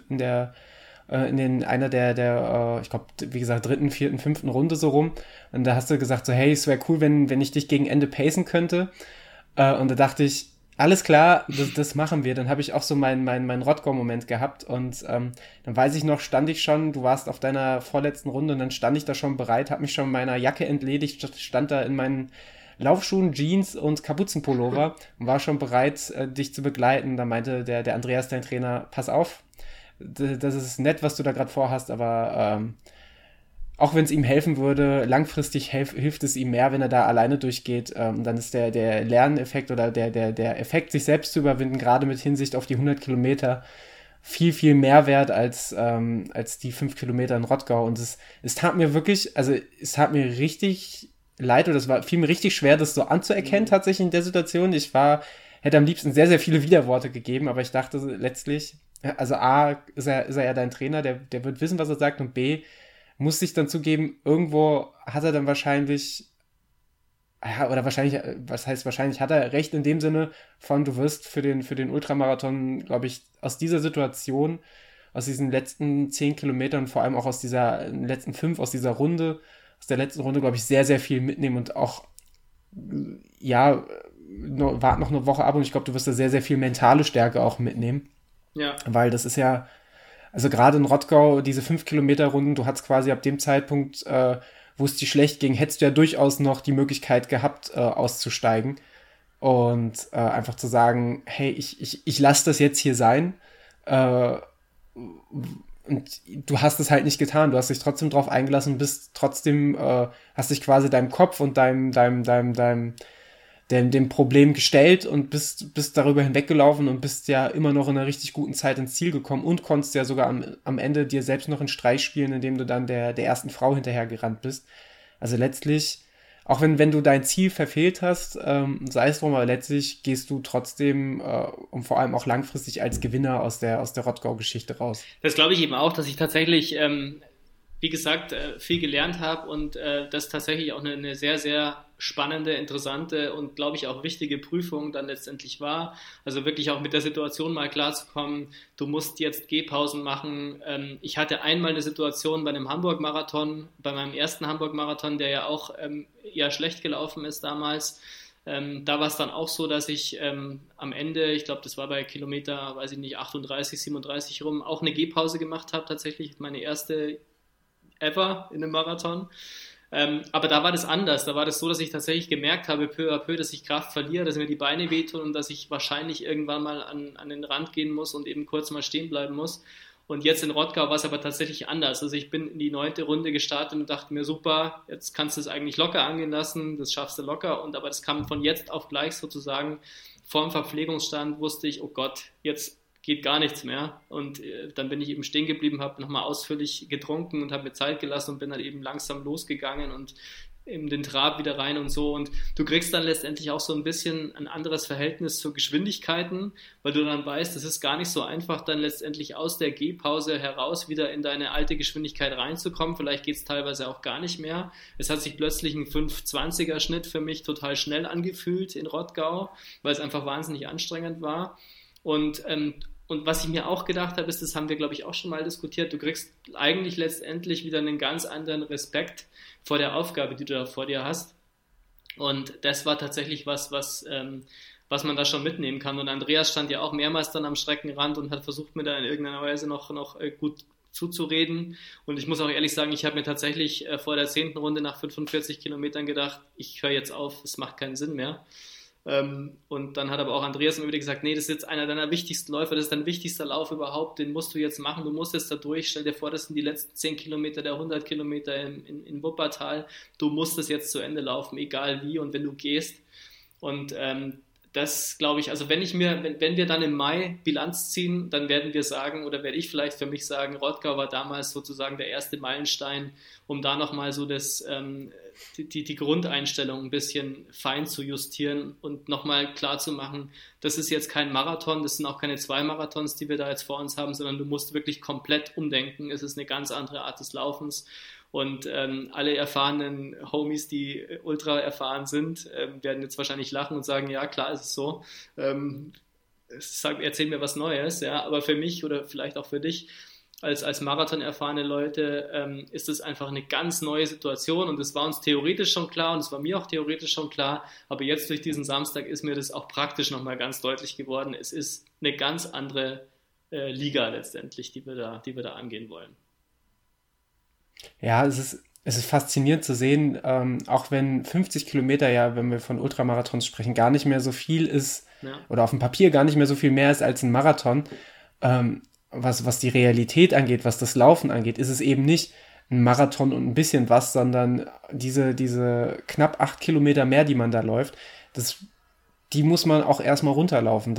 in einer ich glaube, wie gesagt, 3., 4., 5. Runde so rum. Und da hast du gesagt so, hey, es wäre cool, wenn ich dich gegen Ende pacen könnte. Und da dachte ich, alles klar, das machen wir. Dann habe ich auch so meinen Rottgau-Moment gehabt. Und dann weiß ich noch, du warst auf deiner vorletzten Runde und dann stand ich da schon bereit, habe mich schon meiner Jacke entledigt, stand da in meinen Laufschuhen, Jeans und Kapuzenpullover und war schon bereit, dich zu begleiten. Da meinte der Andreas, dein Trainer, pass auf, das ist nett, was du da gerade vorhast, aber auch wenn es ihm helfen würde, langfristig hilft es ihm mehr, wenn er da alleine durchgeht. Dann ist der Lerneffekt oder der Effekt, sich selbst zu überwinden, gerade mit Hinsicht auf die 100 Kilometer, viel, viel mehr wert als die 5 Kilometer in Rottgau. Und es tat mir wirklich, also es tat mir richtig leid, oder fiel mir richtig schwer, das so anzuerkennen tatsächlich in der Situation. Hätte am liebsten sehr, sehr viele Widerworte gegeben, aber ich dachte letztlich, also A, ist er ja dein Trainer, der wird wissen, was er sagt, und B, muss ich dann zugeben, irgendwo hat er dann wahrscheinlich, was heißt wahrscheinlich, hat er recht in dem Sinne von, du wirst für den Ultramarathon, glaube ich, aus dieser Situation, aus diesen letzten 10 Kilometern, vor allem auch aus dieser letzten 5, aus der letzten Runde, glaube ich, sehr, sehr viel mitnehmen und auch, ja, wart noch eine Woche ab und ich glaube, du wirst da sehr, sehr viel mentale Stärke auch mitnehmen. Ja. Weil das ist ja, also gerade in Rottgau, diese 5-Kilometer-Runden, du hattest quasi ab dem Zeitpunkt, wo es dir schlecht ging, hättest du ja durchaus noch die Möglichkeit gehabt, auszusteigen und einfach zu sagen, hey, ich lasse das jetzt hier sein, und du hast es halt nicht getan, du hast dich trotzdem drauf eingelassen, bist trotzdem, hast dich quasi deinem Kopf und dem Problem gestellt und bist darüber hinweggelaufen und bist ja immer noch in einer richtig guten Zeit ins Ziel gekommen und konntest ja sogar am Ende dir selbst noch einen Streich spielen, indem du dann der ersten Frau hinterhergerannt bist. Also letztlich, auch wenn du dein Ziel verfehlt hast, sei es drum, aber letztlich gehst du trotzdem und vor allem auch langfristig als Gewinner aus der Rottgau-Geschichte raus. Das glaube ich eben auch, dass ich tatsächlich, wie gesagt, viel gelernt habe und das tatsächlich auch eine sehr, sehr spannende, interessante und, glaube ich, auch wichtige Prüfung dann letztendlich war. Also wirklich auch mit der Situation mal klarzukommen, du musst jetzt Gehpausen machen. Ich hatte einmal eine Situation bei einem Hamburg-Marathon, bei meinem ersten Hamburg-Marathon, der ja auch eher schlecht gelaufen ist damals. Da war es dann auch so, dass ich am Ende, ich glaube, das war bei Kilometer, weiß ich nicht, 38, 37 rum, auch eine Gehpause gemacht habe, tatsächlich meine erste ever in einem Marathon. Aber da war das anders. Da war das so, dass ich tatsächlich gemerkt habe, peu à peu, dass ich Kraft verliere, dass mir die Beine wehtun und dass ich wahrscheinlich irgendwann mal an den Rand gehen muss und eben kurz mal stehen bleiben muss. Und jetzt in Rottgau war es aber tatsächlich anders. Also ich bin in die 9. Runde gestartet und dachte mir, super, jetzt kannst du es eigentlich locker angehen lassen, das schaffst du locker. Aber das kam von jetzt auf gleich sozusagen. Vor dem Verpflegungsstand wusste ich, oh Gott, jetzt geht gar nichts mehr. Und dann bin ich eben stehen geblieben, habe nochmal ausführlich getrunken und habe mir Zeit gelassen und bin dann eben langsam losgegangen und in den Trab wieder rein und so. Und du kriegst dann letztendlich auch so ein bisschen ein anderes Verhältnis zu Geschwindigkeiten, weil du dann weißt, es ist gar nicht so einfach, dann letztendlich aus der Gehpause heraus wieder in deine alte Geschwindigkeit reinzukommen. Vielleicht geht es teilweise auch gar nicht mehr. Es hat sich plötzlich ein 5,20er Schnitt für mich total schnell angefühlt in Rottgau, weil es einfach wahnsinnig anstrengend war. Und was ich mir auch gedacht habe, ist, das haben wir, glaube ich, auch schon mal diskutiert, du kriegst eigentlich letztendlich wieder einen ganz anderen Respekt vor der Aufgabe, die du da vor dir hast. Und das war tatsächlich was man da schon mitnehmen kann. Und Andreas stand ja auch mehrmals dann am Streckenrand und hat versucht, mir da in irgendeiner Weise noch gut zuzureden. Und ich muss auch ehrlich sagen, ich habe mir tatsächlich vor der 10. Runde nach 45 Kilometern gedacht, ich höre jetzt auf, es macht keinen Sinn mehr. Und dann hat aber auch Andreas immer wieder gesagt, nee, das ist jetzt einer deiner wichtigsten Läufer, das ist dein wichtigster Lauf überhaupt, den musst du jetzt machen, du musst jetzt da durch, stell dir vor, das sind die letzten 10 Kilometer der 100 Kilometer in Wuppertal, du musst es jetzt zu Ende laufen, egal wie und wenn du gehst. Und das glaube ich, also wenn wir dann im Mai Bilanz ziehen, dann werden wir sagen, oder werde ich vielleicht für mich sagen, Rothgau war damals sozusagen der erste Meilenstein, um da nochmal so die Grundeinstellung ein bisschen fein zu justieren und nochmal klar zu machen, das ist jetzt kein Marathon, das sind auch keine 2 Marathons, die wir da jetzt vor uns haben, sondern du musst wirklich komplett umdenken. Es ist eine ganz andere Art des Laufens. Und alle erfahrenen Homies, die ultra erfahren sind, werden jetzt wahrscheinlich lachen und sagen, ja, klar ist es so. Erzähl mir was Neues. Ja, aber für mich oder vielleicht auch für dich als Marathon erfahrene Leute ist es einfach eine ganz neue Situation. Und es war uns theoretisch schon klar und es war mir auch theoretisch schon klar. Aber jetzt durch diesen Samstag ist mir das auch praktisch nochmal ganz deutlich geworden. Es ist eine ganz andere Liga letztendlich, die wir da angehen wollen. Ja, es ist faszinierend zu sehen, auch wenn 50 Kilometer ja, wenn wir von Ultramarathons sprechen, gar nicht mehr so viel ist, Ja. oder auf dem Papier gar nicht mehr so viel mehr ist als ein Marathon, was die Realität angeht, was das Laufen angeht, ist es eben nicht ein Marathon und ein bisschen was, sondern diese knapp 8 Kilometer mehr, die man da läuft, die muss man auch erstmal runterlaufen.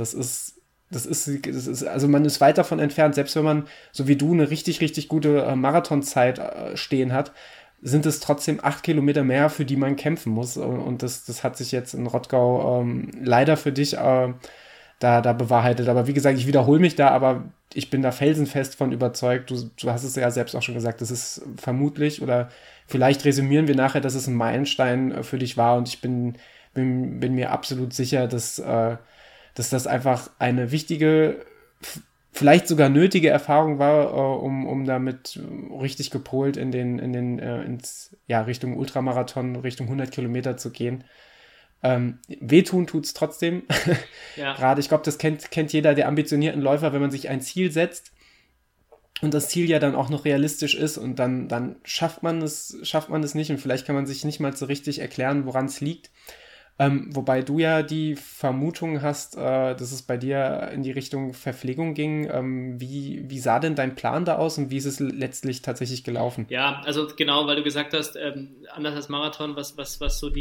Also man ist weit davon entfernt, selbst wenn man, so wie du, eine richtig, richtig gute Marathonzeit stehen hat, sind es trotzdem 8 Kilometer mehr, für die man kämpfen muss. Und das hat sich jetzt in Rothgau leider für dich da bewahrheitet. Aber wie gesagt, ich wiederhole mich da, aber ich bin da felsenfest von überzeugt. Du hast es ja selbst auch schon gesagt, das ist vermutlich, oder vielleicht resümieren wir nachher, dass es ein Meilenstein für dich war, und ich bin mir absolut sicher, dass das einfach eine wichtige, vielleicht sogar nötige Erfahrung war, um damit richtig gepolt ins Richtung Ultramarathon, Richtung 100 Kilometer zu gehen. Wehtun tut's trotzdem. Ja. Gerade, ich glaube, das kennt jeder der ambitionierten Läufer, wenn man sich ein Ziel setzt und das Ziel ja dann auch noch realistisch ist, und dann schafft man es nicht, und vielleicht kann man sich nicht mal so richtig erklären, woran es liegt. Wobei du ja die Vermutung hast, dass es bei dir in die Richtung Verpflegung ging. Wie sah denn dein Plan da aus und wie ist es letztlich tatsächlich gelaufen? Ja, also genau, weil du gesagt hast, anders als Marathon, was so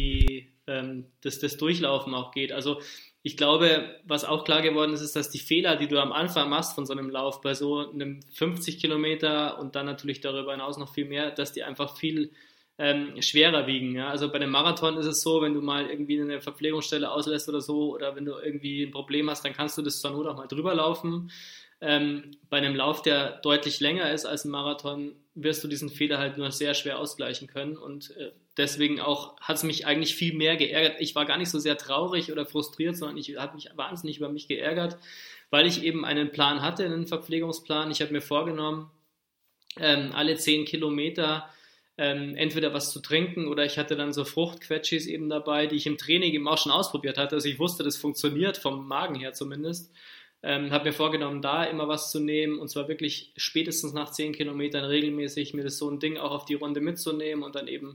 das Durchlaufen auch geht. Also ich glaube, was auch klar geworden ist, ist, dass die Fehler, die du am Anfang machst von so einem Lauf, bei so einem 50 Kilometer und dann natürlich darüber hinaus noch viel mehr, dass die einfach viel schwerer wiegen. Ja? Also bei einem Marathon ist es so, wenn du mal irgendwie eine Verpflegungsstelle auslässt oder so, oder wenn du irgendwie ein Problem hast, dann kannst du das zur Not auch mal drüber laufen. Bei einem Lauf, der deutlich länger ist als ein Marathon, wirst du diesen Fehler halt nur sehr schwer ausgleichen können, und deswegen auch hat es mich eigentlich viel mehr geärgert. Ich war gar nicht so sehr traurig oder frustriert, sondern ich habe mich wahnsinnig über mich geärgert, weil ich eben einen Plan hatte, einen Verpflegungsplan. Ich habe mir vorgenommen, alle 10 Kilometer entweder was zu trinken, oder ich hatte dann so Fruchtquetschis eben dabei, die ich im Training eben auch schon ausprobiert hatte. Also ich wusste, das funktioniert, vom Magen her zumindest. Habe mir vorgenommen, da immer was zu nehmen, und zwar wirklich spätestens nach 10 Kilometern regelmäßig mir das so ein Ding auch auf die Runde mitzunehmen und dann eben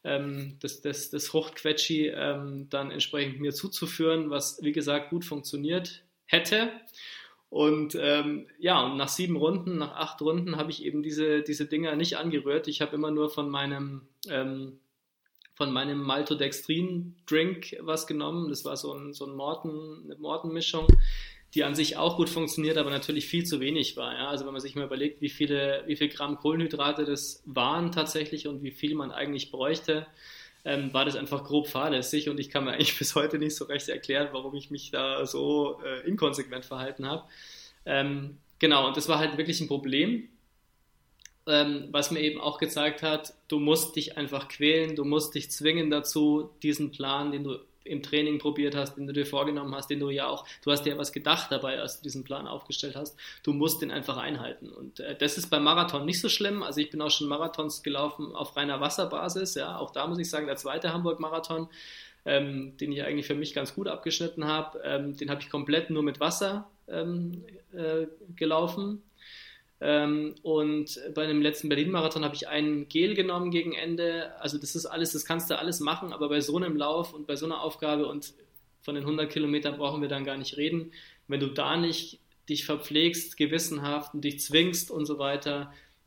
das Fruchtquetschi dann entsprechend mir zuzuführen, was wie gesagt gut funktioniert hätte. Und und nach 7 Runden, nach 8 Runden habe ich eben diese Dinger nicht angerührt. Ich habe immer nur von meinem Maltodextrin-Drink was genommen. Das war so eine Morten-Mischung, die an sich auch gut funktioniert, aber natürlich viel zu wenig war. Ja? Also wenn man sich mal überlegt, wie viel Gramm Kohlenhydrate das waren tatsächlich und wie viel man eigentlich bräuchte, war das einfach grob fahrlässig, und ich kann mir eigentlich bis heute nicht so recht erklären, warum ich mich da so inkonsequent verhalten habe. Genau, und das war halt wirklich ein Problem, was mir eben auch gezeigt hat, du musst dich einfach quälen, du musst dich zwingen dazu, diesen Plan, den du im Training probiert hast, den du dir vorgenommen hast, du hast dir ja was gedacht dabei, als du diesen Plan aufgestellt hast, du musst den einfach einhalten. Und das ist beim Marathon nicht so schlimm. Also ich bin auch schon Marathons gelaufen auf reiner Wasserbasis, ja, auch da muss ich sagen, der zweite Hamburg-Marathon, den ich eigentlich für mich ganz gut abgeschnitten habe, den habe ich komplett nur mit Wasser gelaufen. Und bei dem letzten Berlin-Marathon habe ich einen Gel genommen gegen Ende. Also das ist alles, das kannst du alles machen, aber bei so einem Lauf und bei so einer Aufgabe, und von den 100 Kilometern brauchen wir dann gar nicht reden, wenn du da nicht dich verpflegst, gewissenhaft, und dich zwingst und so weiter,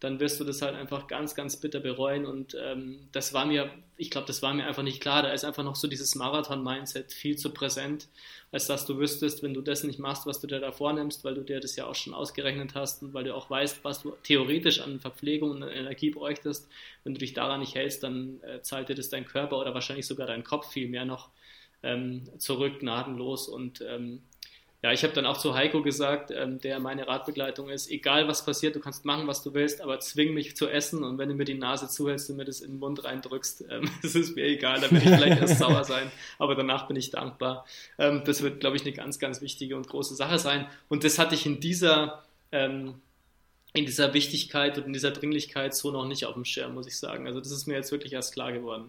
dann wirst du das halt einfach ganz, ganz bitter bereuen. Und ich glaube, das war mir einfach nicht klar. Da ist einfach noch so dieses Marathon-Mindset viel zu präsent, als dass du wüsstest, wenn du das nicht machst, was du dir da vornimmst, weil du dir das ja auch schon ausgerechnet hast und weil du auch weißt, was du theoretisch an Verpflegung und an Energie bräuchtest. Wenn du dich daran nicht hältst, dann zahlt dir das dein Körper oder wahrscheinlich sogar dein Kopf viel mehr noch zurück, gnadenlos. Und ja, ich habe dann auch zu Heiko gesagt, der meine Radbegleitung ist, egal was passiert, du kannst machen, was du willst, aber zwing mich zu essen und wenn du mir die Nase zuhältst und mir das in den Mund reindrückst, das ist mir egal, da werde ich vielleicht erst sauer sein, aber danach bin ich dankbar. Das wird, glaube ich, eine ganz, ganz wichtige und große Sache sein und das hatte ich in dieser Wichtigkeit und in dieser Dringlichkeit so noch nicht auf dem Schirm, muss ich sagen. Also das ist mir jetzt wirklich erst klar geworden.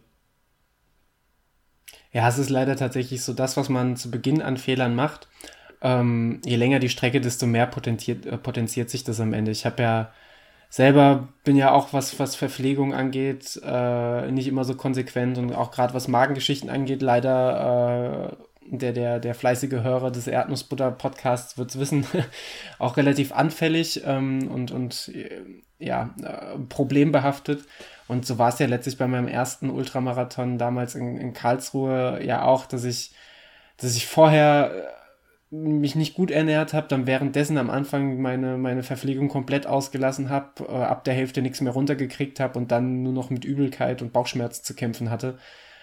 Ja, es ist leider tatsächlich so das, was man zu Beginn an Fehlern macht. Je länger die Strecke, desto mehr potenziert sich das am Ende. Ich habe ja selber, bin ja auch, was Verpflegung angeht, nicht immer so konsequent und auch gerade was Magengeschichten angeht, leider der fleißige Hörer des Erdnussbutter-Podcasts wird es wissen, auch relativ anfällig und problembehaftet. Und so war es ja letztlich bei meinem ersten Ultramarathon damals in Karlsruhe ja auch, dass ich vorher mich nicht gut ernährt habe, dann währenddessen am Anfang meine Verpflegung komplett ausgelassen habe, ab der Hälfte nichts mehr runtergekriegt habe und dann nur noch mit Übelkeit und Bauchschmerzen zu kämpfen hatte.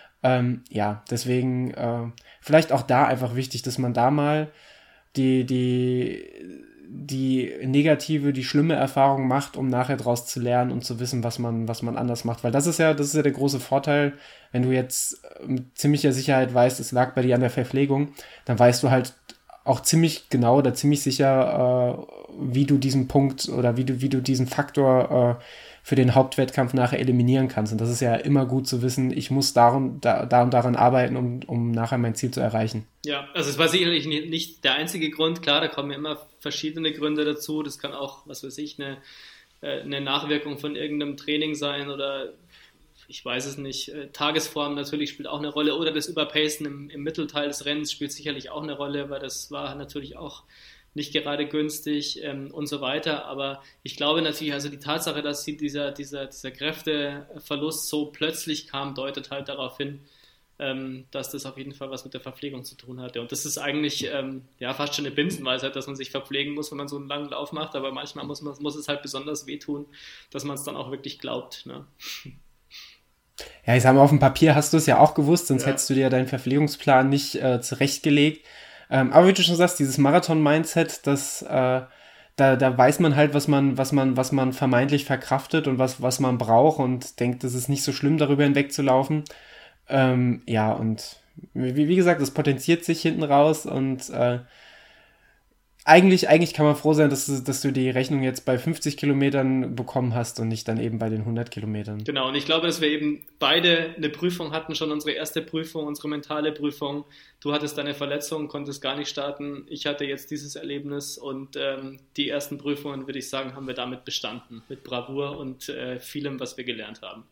Deswegen vielleicht auch da einfach wichtig, dass man da mal die negative, die schlimme Erfahrung macht, um nachher draus zu lernen und zu wissen, was man anders macht. Weil das ist ja der große Vorteil, wenn du jetzt mit ziemlicher Sicherheit weißt, es lag bei dir an der Verpflegung, dann weißt du halt auch ziemlich genau oder ziemlich sicher, wie du diesen Punkt oder wie du diesen Faktor für den Hauptwettkampf nachher eliminieren kannst. Und das ist ja immer gut zu wissen, ich muss daran arbeiten, um nachher mein Ziel zu erreichen. Ja, also es war sicherlich nicht der einzige Grund. Klar, da kommen immer verschiedene Gründe dazu. Das kann auch, was weiß ich, eine Nachwirkung von irgendeinem Training sein oder ich weiß es nicht. Tagesform natürlich spielt auch eine Rolle oder das Überpacen im Mittelteil des Rennens spielt sicherlich auch eine Rolle, weil das war natürlich auch nicht gerade günstig und so weiter. Aber ich glaube natürlich, also die Tatsache, dass dieser Kräfteverlust so plötzlich kam, deutet halt darauf hin, dass das auf jeden Fall was mit der Verpflegung zu tun hatte. Und das ist eigentlich fast schon eine Binsenweisheit, dass man sich verpflegen muss, wenn man so einen langen Lauf macht. Aber manchmal muss es halt besonders wehtun, dass man es dann auch wirklich glaubt. Ne? Ja, ich sag mal, auf dem Papier hast du es ja auch gewusst, sonst hättest du dir deinen Verpflegungsplan nicht zurechtgelegt. Aber wie du schon sagst, dieses Marathon-Mindset, da weiß man halt, was man vermeintlich verkraftet und was man braucht und denkt, es ist nicht so schlimm, darüber hinwegzulaufen. Und wie gesagt, das potenziert sich hinten raus und eigentlich kann man froh sein, dass du die Rechnung jetzt bei 50 Kilometern bekommen hast und nicht dann eben bei den 100 Kilometern. Genau, und ich glaube, dass wir eben beide eine Prüfung hatten, schon unsere erste Prüfung, unsere mentale Prüfung. Du hattest deine Verletzung, konntest gar nicht starten. Ich hatte jetzt dieses Erlebnis und die ersten Prüfungen, würde ich sagen, haben wir damit bestanden. Mit Bravour und vielem, was wir gelernt haben.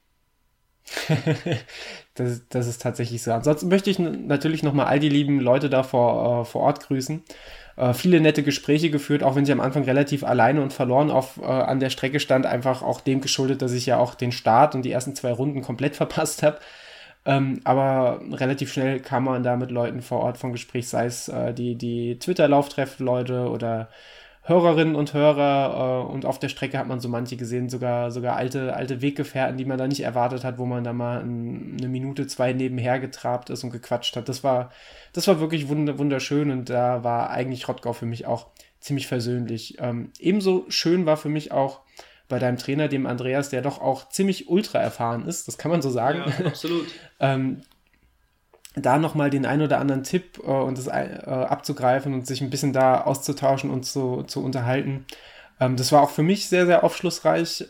Das ist tatsächlich so. Ansonsten möchte ich natürlich nochmal all die lieben Leute da vor Ort grüßen. Viele nette Gespräche geführt, auch wenn ich am Anfang relativ alleine und verloren an der Strecke stand, einfach auch dem geschuldet, dass ich ja auch den Start und die ersten 2 Runden komplett verpasst habe. Aber relativ schnell kam man da mit Leuten vor Ort vom Gespräch, sei es die Twitter-Lauftreff-Leute oder Hörerinnen und Hörer und auf der Strecke hat man so manche gesehen, sogar alte Weggefährten, die man da nicht erwartet hat, wo man da mal 1 Minute, 2 nebenher getrabt ist und gequatscht hat. Das war wirklich wunderschön und da war eigentlich Rottgau für mich auch ziemlich versöhnlich. Ebenso schön war für mich auch bei deinem Trainer, dem Andreas, der doch auch ziemlich ultra erfahren ist, das kann man so sagen. Ja, absolut. Da nochmal den ein oder anderen Tipp und das abzugreifen und sich ein bisschen da auszutauschen und zu unterhalten. Das war auch für mich sehr, sehr aufschlussreich.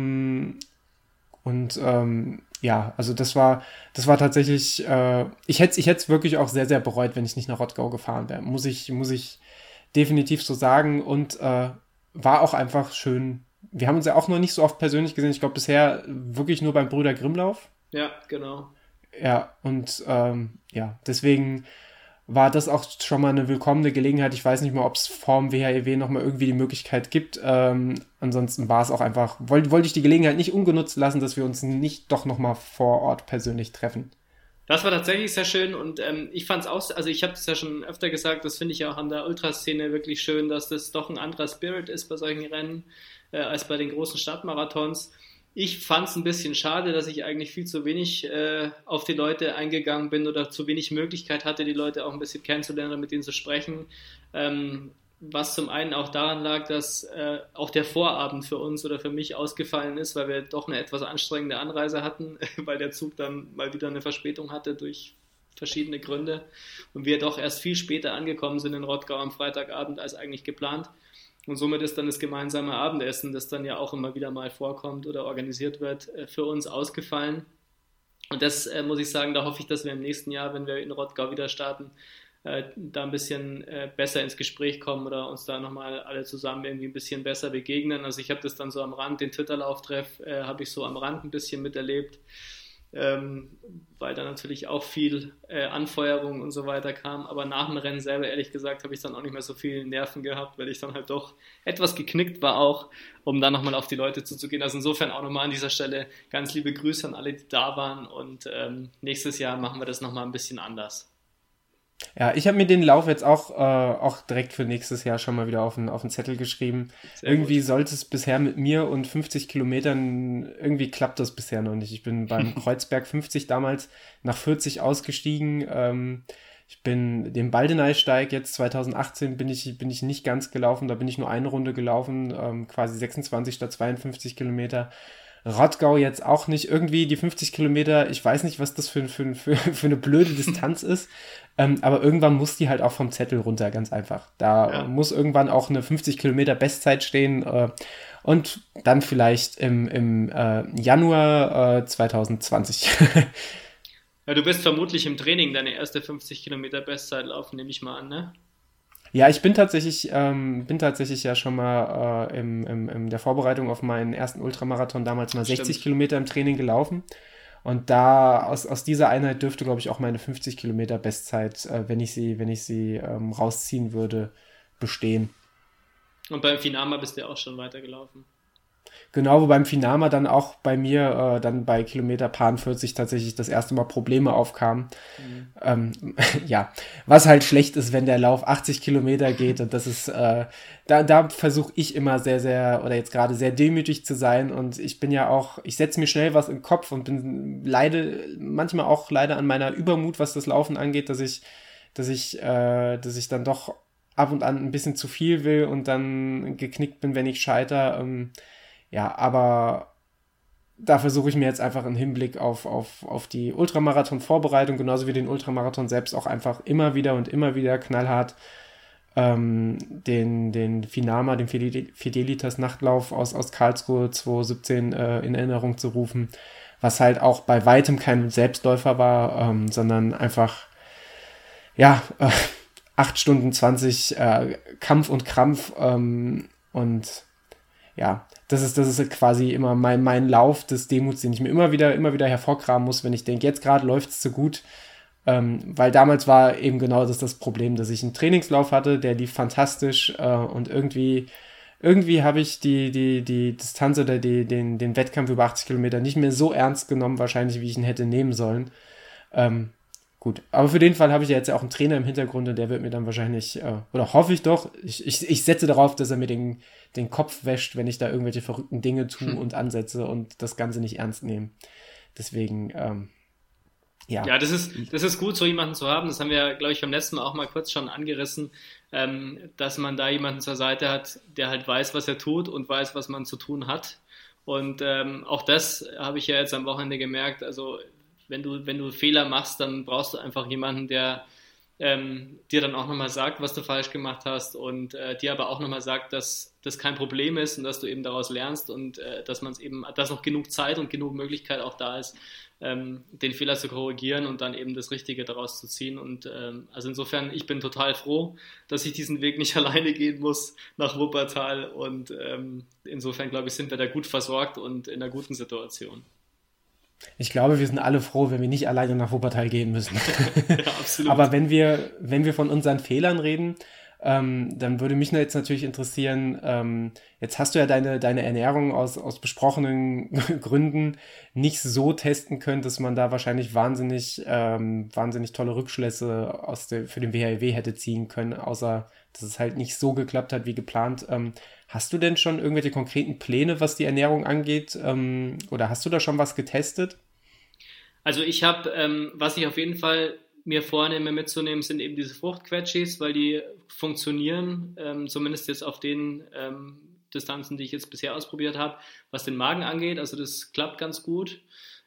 Also das war tatsächlich, ich hätte es wirklich auch sehr, sehr bereut, wenn ich nicht nach Rottgau gefahren wäre. Muss ich definitiv so sagen und war auch einfach schön. Wir haben uns ja auch noch nicht so oft persönlich gesehen. Ich glaube, bisher wirklich nur beim Brüder Grimmlauf. Ja, genau. Ja, und deswegen war das auch schon mal eine willkommene Gelegenheit. Ich weiß nicht mal, ob es vorm WHEW nochmal irgendwie die Möglichkeit gibt. Ansonsten war es auch einfach, wollte ich die Gelegenheit nicht ungenutzt lassen, dass wir uns nicht doch nochmal vor Ort persönlich treffen. Das war tatsächlich sehr schön und ich fand es auch, also ich habe es ja schon öfter gesagt, das finde ich auch an der Ultraszene wirklich schön, dass das doch ein anderer Spirit ist bei solchen Rennen als bei den großen Stadtmarathons. Ich fand es ein bisschen schade, dass ich eigentlich viel zu wenig auf die Leute eingegangen bin oder zu wenig Möglichkeit hatte, die Leute auch ein bisschen kennenzulernen oder mit ihnen zu sprechen. Was zum einen auch daran lag, dass auch der Vorabend für uns oder für mich ausgefallen ist, weil wir doch eine etwas anstrengende Anreise hatten, weil der Zug dann mal wieder eine Verspätung hatte durch verschiedene Gründe und wir doch erst viel später angekommen sind in Rottgau am Freitagabend als eigentlich geplant. Und somit ist dann das gemeinsame Abendessen, das dann ja auch immer wieder mal vorkommt oder organisiert wird, für uns ausgefallen. Und das muss ich sagen, da hoffe ich, dass wir im nächsten Jahr, wenn wir in Rottgau wieder starten, da ein bisschen besser ins Gespräch kommen oder uns da nochmal alle zusammen irgendwie ein bisschen besser begegnen. Also ich habe das dann so am Rand, den Twitter-Lauftreff habe ich so am Rand ein bisschen miterlebt, weil da natürlich auch viel Anfeuerung und so weiter kam. Aber nach dem Rennen selber, ehrlich gesagt, habe ich dann auch nicht mehr so viel Nerven gehabt, weil ich dann halt doch etwas geknickt war auch, um dann nochmal auf die Leute zuzugehen. Also insofern auch nochmal an dieser Stelle ganz liebe Grüße an alle, die da waren und nächstes Jahr machen wir das nochmal ein bisschen anders. Ja, ich habe mir den Lauf jetzt auch direkt für nächstes Jahr schon mal wieder auf den Zettel geschrieben. Sehr Irgendwie gut. sollte es bisher mit mir und 50 Kilometern, irgendwie klappt das bisher noch nicht. Ich bin beim Kreuzberg 50 damals nach 40 ausgestiegen. Ich bin den Baldeneysteig jetzt 2018 bin ich nicht ganz gelaufen, da bin ich nur eine Runde gelaufen, quasi 26 statt 52 Kilometer. Rottgau jetzt auch nicht. Irgendwie die 50 Kilometer, ich weiß nicht, was das für eine blöde Distanz ist, aber irgendwann muss die halt auch vom Zettel runter, ganz einfach. Da Ja. muss irgendwann auch eine 50 Kilometer Bestzeit stehen und dann vielleicht im Januar 2020. Ja, du bist vermutlich im Training deine erste 50 Kilometer Bestzeit laufen, nehme ich mal an, ne? Ja, ich bin tatsächlich ja schon mal in der Vorbereitung auf meinen ersten Ultramarathon damals mal 60 Stimmt. Kilometer im Training gelaufen. Und da aus dieser Einheit dürfte, glaube ich, auch meine 50 Kilometer Bestzeit, wenn ich sie rausziehen würde, bestehen. Und beim Finama bist du ja auch schon weitergelaufen. Genau, wo beim Finama dann auch bei mir dann bei Kilometer paar 40 tatsächlich das erste Mal Probleme aufkamen. Mhm. Ja, was halt schlecht ist, wenn der Lauf 80 Kilometer geht und das ist, da versuche ich immer oder jetzt gerade sehr demütig zu sein und ich bin ja auch, ich setze mir schnell was im Kopf und manchmal auch leider an meiner Übermut, was das Laufen angeht, dass ich dann doch ab und an ein bisschen zu viel will und dann geknickt bin, wenn ich scheiter. Ja, aber da versuche ich mir jetzt einfach im Hinblick auf die Ultramarathon-Vorbereitung, genauso wie den Ultramarathon selbst, auch einfach immer wieder und immer wieder knallhart den Finama, den Fidelitas-Nachtlauf aus Karlsruhe 2017 in Erinnerung zu rufen, was halt auch bei weitem kein Selbstläufer war, sondern einfach, ja, 8 Stunden 20 Kampf und Krampf und ja, das ist quasi immer mein Lauf des Demuts, den ich mir immer wieder hervorkramen muss, wenn ich denke, jetzt gerade läuft es zu gut. Weil damals war eben genau das Problem, dass ich einen Trainingslauf hatte, der lief fantastisch und irgendwie habe ich die Distanz oder den Wettkampf über 80 Kilometer nicht mehr so ernst genommen, wahrscheinlich, wie ich ihn hätte nehmen sollen. Ähm, Gut, aber für den Fall habe ich ja jetzt ja auch einen Trainer im Hintergrund und der wird mir dann wahrscheinlich, oder hoffe ich doch, ich setze darauf, dass er mir den Kopf wäscht, wenn ich da irgendwelche verrückten Dinge tue und ansetze und das Ganze nicht ernst nehme. Deswegen, ja. Ja, das ist gut, so jemanden zu haben. Das haben wir, glaube ich, beim letzten Mal auch mal kurz schon angerissen, dass man da jemanden zur Seite hat, der halt weiß, was er tut und weiß, was man zu tun hat. Und auch das habe ich ja jetzt am Wochenende gemerkt. Also wenn du Fehler machst, dann brauchst du einfach jemanden, der dir dann auch nochmal sagt, was du falsch gemacht hast und dir aber auch nochmal sagt, dass das kein Problem ist und dass du eben daraus lernst und dass man es eben, dass noch genug Zeit und genug Möglichkeit auch da ist, den Fehler zu korrigieren und dann eben das Richtige daraus zu ziehen. Und also insofern, ich bin total froh, dass ich diesen Weg nicht alleine gehen muss nach Wuppertal und insofern glaube ich, sind wir da gut versorgt und in einer guten Situation. Ich glaube, wir sind alle froh, wenn wir nicht alleine nach Wuppertal gehen müssen. Ja, absolut. Aber wenn wir von unseren Fehlern reden, dann würde mich jetzt natürlich interessieren, jetzt hast du ja deine Ernährung aus besprochenen Gründen nicht so testen können, dass man da wahrscheinlich wahnsinnig tolle Rückschlüsse für den WHIW hätte ziehen können, außer dass es halt nicht so geklappt hat wie geplant. Hast du denn schon irgendwelche konkreten Pläne, was die Ernährung angeht? Oder hast du da schon was getestet? Also was ich auf jeden Fall mir vornehme mitzunehmen, sind eben diese Fruchtquetschis, weil die funktionieren, zumindest jetzt auf den Distanzen, die ich jetzt bisher ausprobiert habe, was den Magen angeht. Also das klappt ganz gut.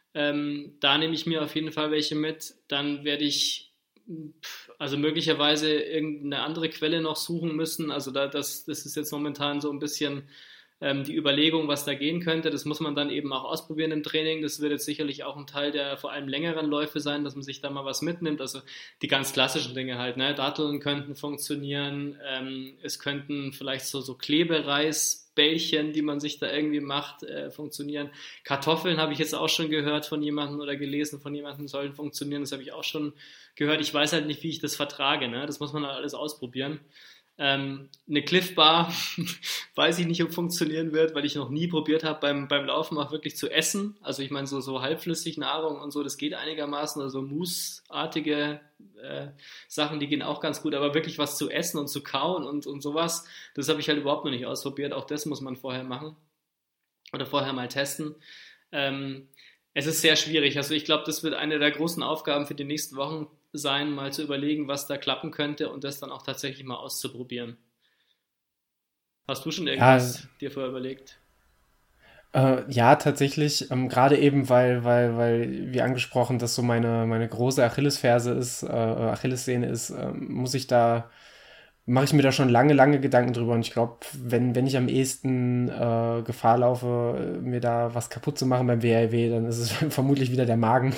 Da nehme ich mir auf jeden Fall welche mit. Dann werde ich also möglicherweise irgendeine andere Quelle noch suchen müssen. Also das ist jetzt momentan so ein bisschen die Überlegung, was da gehen könnte. Das muss man dann eben auch ausprobieren im Training. Das wird jetzt sicherlich auch ein Teil der vor allem längeren Läufe sein, dass man sich da mal was mitnimmt. Also die ganz klassischen Dinge halt, ne? Datteln könnten funktionieren. Es könnten vielleicht so Klebereisbällchen, die man sich da irgendwie macht, funktionieren. Kartoffeln habe ich jetzt auch schon gehört von jemandem oder gelesen von jemandem, sollen funktionieren. Das habe ich auch schon gehört. Ich weiß halt nicht, wie ich das vertrage. Ne? Das muss man halt alles ausprobieren. Eine Cliff Bar weiß ich nicht, ob funktionieren wird, weil ich noch nie probiert habe, beim Laufen auch wirklich zu essen. Also ich meine, so halbflüssig Nahrung und so, das geht einigermaßen. Also Mousse-artige Sachen, die gehen auch ganz gut. Aber wirklich was zu essen und zu kauen und sowas, das habe ich halt überhaupt noch nicht ausprobiert. Auch das muss man vorher machen oder vorher mal testen. Es ist sehr schwierig. Also ich glaube, das wird eine der großen Aufgaben für die nächsten Wochen sein, mal zu überlegen, was da klappen könnte und das dann auch tatsächlich mal auszuprobieren. Hast du schon irgendwas dir vorher überlegt? Ja, tatsächlich, gerade eben, weil wie angesprochen, das so meine große Achillessehne ist, mache ich mir da schon lange Gedanken drüber und ich glaube, wenn ich am ehesten Gefahr laufe, mir da was kaputt zu machen beim WRW, dann ist es vermutlich wieder der Magen.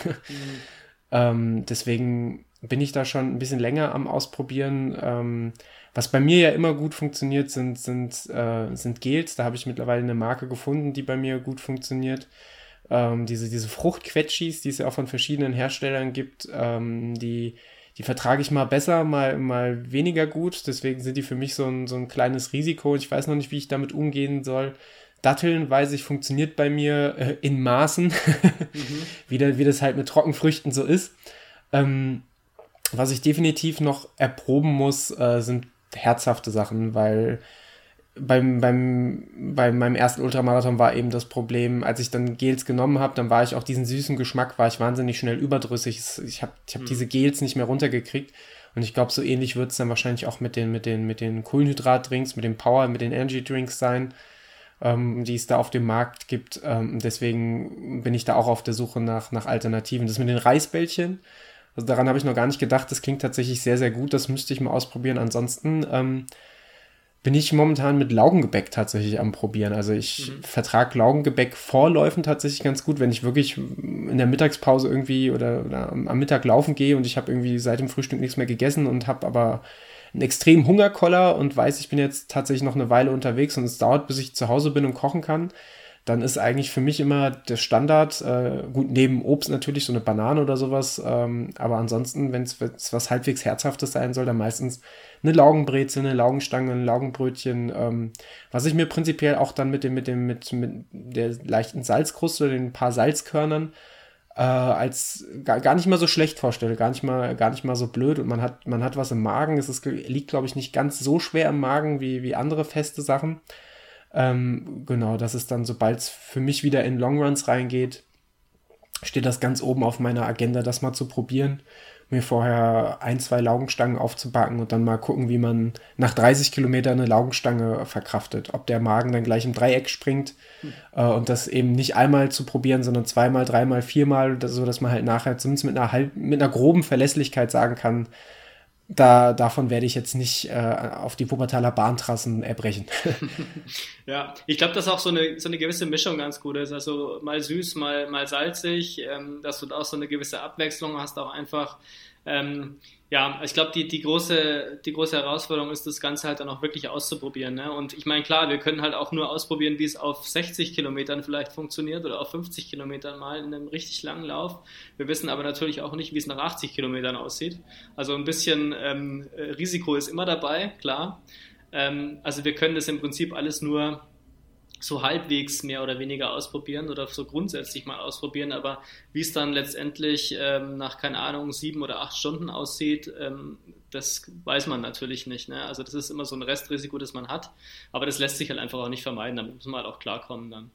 Deswegen bin ich da schon ein bisschen länger am Ausprobieren. Was bei mir ja immer gut funktioniert, sind Gels. Da habe ich mittlerweile eine Marke gefunden, die bei mir gut funktioniert. Diese Fruchtquetschis, die es ja auch von verschiedenen Herstellern gibt, die vertrage ich mal besser, mal weniger gut. Deswegen sind die für mich so ein kleines Risiko. Ich weiß noch nicht, wie ich damit umgehen soll. Datteln, weiß ich, funktioniert bei mir in Maßen, wie das halt mit Trockenfrüchten so ist. Was ich definitiv noch erproben muss, sind herzhafte Sachen, weil bei meinem ersten Ultramarathon war eben das Problem, als ich dann Gels genommen habe, dann war ich auch diesen süßen Geschmack, war ich wahnsinnig schnell überdrüssig. Ich hab diese Gels nicht mehr runtergekriegt. Und ich glaube, so ähnlich wird es dann wahrscheinlich auch mit den Kohlenhydratdrinks, mit den Energy Drinks sein, die es da auf dem Markt gibt. Deswegen bin ich da auch auf der Suche nach Alternativen. Das mit den Reisbällchen, also daran habe ich noch gar nicht gedacht. Das klingt tatsächlich sehr, sehr gut. Das müsste ich mal ausprobieren. Ansonsten bin ich momentan mit Laugengebäck tatsächlich am Probieren. Also ich vertrage Laugengebäck vor Läufen tatsächlich ganz gut, wenn ich wirklich in der Mittagspause irgendwie oder am Mittag laufen gehe und ich habe irgendwie seit dem Frühstück nichts mehr gegessen und habe aber einen extremen Hungerkoller und weiß, ich bin jetzt tatsächlich noch eine Weile unterwegs und es dauert, bis ich zu Hause bin und kochen kann, dann ist eigentlich für mich immer der Standard, gut, neben Obst natürlich so eine Banane oder sowas, aber ansonsten, wenn es was halbwegs Herzhaftes sein soll, dann meistens eine Laugenbrezel, eine Laugenstange, ein Laugenbrötchen, was ich mir prinzipiell auch dann mit der leichten Salzkruste oder den paar Salzkörnern als gar nicht mal so schlecht vorstelle, gar nicht mal so blöd und man hat was im Magen, liegt, glaube ich, nicht ganz so schwer im Magen wie andere feste Sachen. Genau, das ist dann, sobald es für mich wieder in Longruns reingeht, steht das ganz oben auf meiner Agenda, das mal zu probieren, mir vorher 1-2 Laugenstangen aufzubacken und dann mal gucken, wie man nach 30 Kilometern eine Laugenstange verkraftet. Ob der Magen dann gleich im Dreieck springt und das eben nicht einmal zu probieren, sondern 2-mal, 3-mal, 4-mal, so dass man halt nachher zumindest mit einer groben Verlässlichkeit sagen kann, davon werde ich jetzt nicht auf die Wuppertaler Bahntrassen erbrechen. Ja, ich glaube, dass auch so eine gewisse Mischung ganz gut ist. Also mal süß, mal salzig, dass du da auch so eine gewisse Abwechslung hast, auch einfach Ja, ich glaube, die große Herausforderung ist, das Ganze halt dann auch wirklich auszuprobieren. Ne? Und ich meine, klar, wir können halt auch nur ausprobieren, wie es auf 60 Kilometern vielleicht funktioniert oder auf 50 Kilometern mal in einem richtig langen Lauf. Wir wissen aber natürlich auch nicht, wie es nach 80 Kilometern aussieht. Also ein bisschen Risiko ist immer dabei, klar. Also wir können das im Prinzip alles nur so halbwegs mehr oder weniger ausprobieren oder so grundsätzlich mal ausprobieren, aber wie es dann letztendlich nach, keine Ahnung, 7 oder 8 Stunden aussieht, das weiß man natürlich nicht. Ne? Also das ist immer so ein Restrisiko, das man hat, aber das lässt sich halt einfach auch nicht vermeiden, damit muss man halt auch klarkommen dann.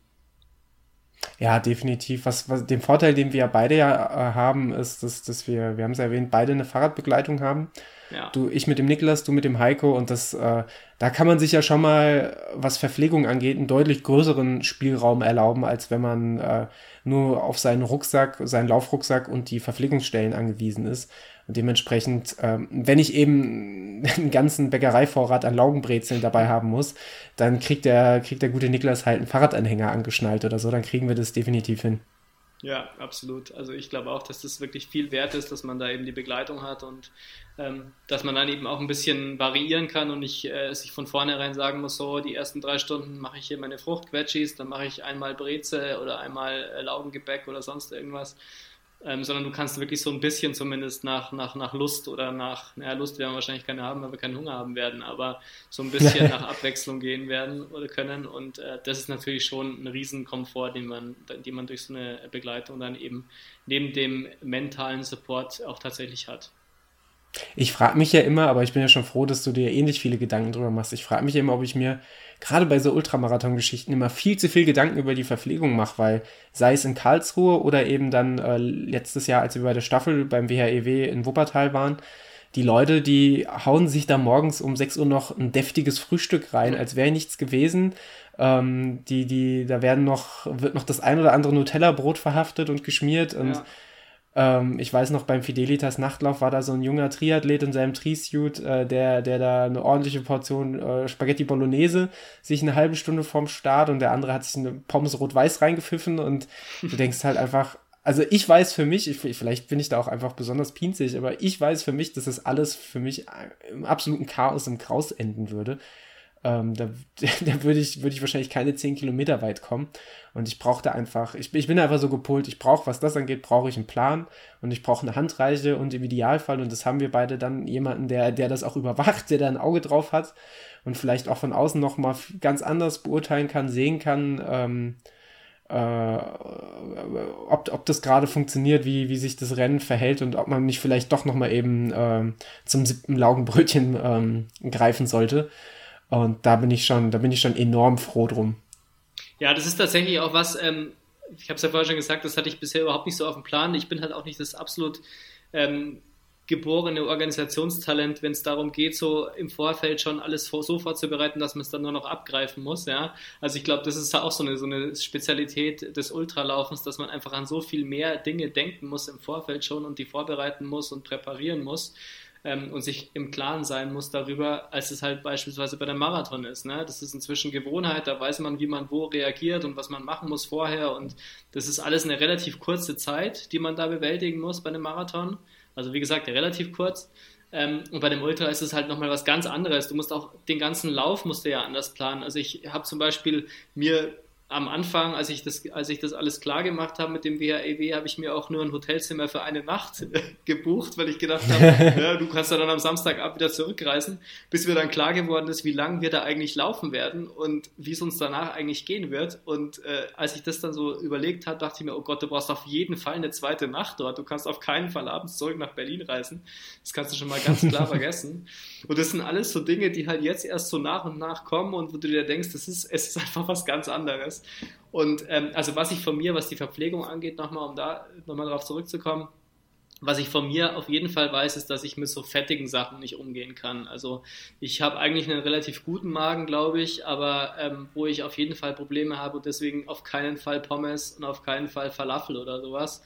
Ja, definitiv. Den Vorteil, den wir ja beide haben, ist, dass wir haben es ja erwähnt, beide eine Fahrradbegleitung haben. Ja, Ich mit dem Niklas, du mit dem Heiko und da kann man sich ja schon mal, was Verpflegung angeht, einen deutlich größeren Spielraum erlauben, als wenn man nur auf seinen Rucksack, seinen Laufrucksack und die Verpflegungsstellen angewiesen ist. Und dementsprechend, wenn ich eben einen ganzen Bäckereivorrat an Laugenbrezeln dabei haben muss, dann kriegt der gute Niklas halt einen Fahrradanhänger angeschnallt oder so, dann kriegen wir das definitiv hin. ja, absolut. Also ich glaube auch, dass das wirklich viel wert ist, dass man da eben die Begleitung hat und dass man dann eben auch ein bisschen variieren kann und nicht sich von vornherein sagen muss, so die ersten 3 Stunden mache ich hier meine Fruchtquetschis, dann mache ich einmal Breze oder einmal Laugengebäck oder sonst irgendwas. Sondern du kannst wirklich so ein bisschen zumindest nach Lust oder Lust werden wir wahrscheinlich keine haben, weil wir keinen Hunger haben werden, aber so ein bisschen nach Abwechslung gehen werden oder können und das ist natürlich schon ein Riesenkomfort, den man durch so eine Begleitung dann eben neben dem mentalen Support auch tatsächlich hat. Ich frage mich ja immer, aber ich bin ja schon froh, dass du dir ähnlich viele Gedanken drüber machst. Ich frage mich ja immer, ob ich mir gerade bei so Ultramarathon-Geschichten immer viel zu viel Gedanken über die Verpflegung mache, weil sei es in Karlsruhe oder eben dann letztes Jahr, als wir bei der Staffel beim WHEW in Wuppertal waren, die Leute, die hauen sich da morgens um 6 Uhr noch ein deftiges Frühstück rein, als wäre nichts gewesen. Da wird noch das ein oder andere Nutella-Brot verhaftet und geschmiert und Ja, ich weiß noch, beim Fidelitas Nachtlauf war da so ein junger Triathlet in seinem Tri-Suit, der da eine ordentliche Portion Spaghetti Bolognese sich eine halbe Stunde vorm Start und der andere hat sich eine Pommes Rot-Weiß reingepfiffen und du denkst halt einfach, also ich weiß für mich, vielleicht bin ich da auch einfach besonders pinzig, aber ich weiß für mich, dass das alles für mich im absoluten Chaos im Kraus enden würde. Da da würde ich wahrscheinlich keine 10 Kilometer weit kommen. Und ich brauchte einfach, ich bin einfach so gepolt, ich brauche, was das angeht, brauche ich einen Plan und ich brauche eine Handreiche und im Idealfall, und das haben wir beide dann, jemanden, der das auch überwacht, der da ein Auge drauf hat und vielleicht auch von außen nochmal ganz anders beurteilen kann, sehen kann, ob das gerade funktioniert, wie sich das Rennen verhält und ob man nicht vielleicht doch nochmal eben zum 7. Laugenbrötchen greifen sollte. Und da bin ich schon enorm froh drum. ja, das ist tatsächlich auch was, ich habe es ja vorher schon gesagt, das hatte ich bisher überhaupt nicht so auf dem Plan. Ich bin halt auch nicht das absolut ähm, geborene Organisationstalent, wenn es darum geht, so im Vorfeld schon alles so vorzubereiten, dass man es dann nur noch abgreifen muss. Ja? Also ich glaube, das ist auch so eine Spezialität des Ultralaufens, dass man einfach an so viel mehr Dinge denken muss im Vorfeld schon und die vorbereiten muss und präparieren muss und sich im Klaren sein muss darüber, als es halt beispielsweise bei der Marathon ist. Ne? Das ist inzwischen Gewohnheit, da weiß man, wie man wo reagiert und was man machen muss vorher und das ist alles eine relativ kurze Zeit, die man da bewältigen muss bei einem Marathon. Also wie gesagt, relativ kurz. Und bei dem Ultra ist es halt nochmal was ganz anderes. Du musst auch den ganzen Lauf musst du ja anders planen. Also ich habe zum Beispiel mir am Anfang, als ich das alles klar gemacht habe mit dem WHEW, habe ich mir auch nur ein Hotelzimmer für eine Nacht gebucht, weil ich gedacht habe, ja, du kannst ja dann am Samstagabend wieder zurückreisen, bis mir dann klar geworden ist, wie lang wir da eigentlich laufen werden und wie es uns danach eigentlich gehen wird. Und als ich das dann so überlegt habe, dachte ich mir, oh Gott, du brauchst auf jeden Fall eine zweite Nacht dort. Du kannst auf keinen Fall abends zurück nach Berlin reisen. Das kannst du schon mal ganz klar vergessen. Und das sind alles so Dinge, die halt jetzt erst so nach und nach kommen und wo du dir denkst, es ist einfach was ganz anderes. Und also was die Verpflegung angeht, um da nochmal drauf zurückzukommen, was ich von mir auf jeden Fall weiß, ist, dass ich mit so fettigen Sachen nicht umgehen kann. Also ich habe eigentlich einen relativ guten Magen, glaube ich, aber wo ich auf jeden Fall Probleme habe und deswegen auf keinen Fall Pommes und auf keinen Fall Falafel oder sowas.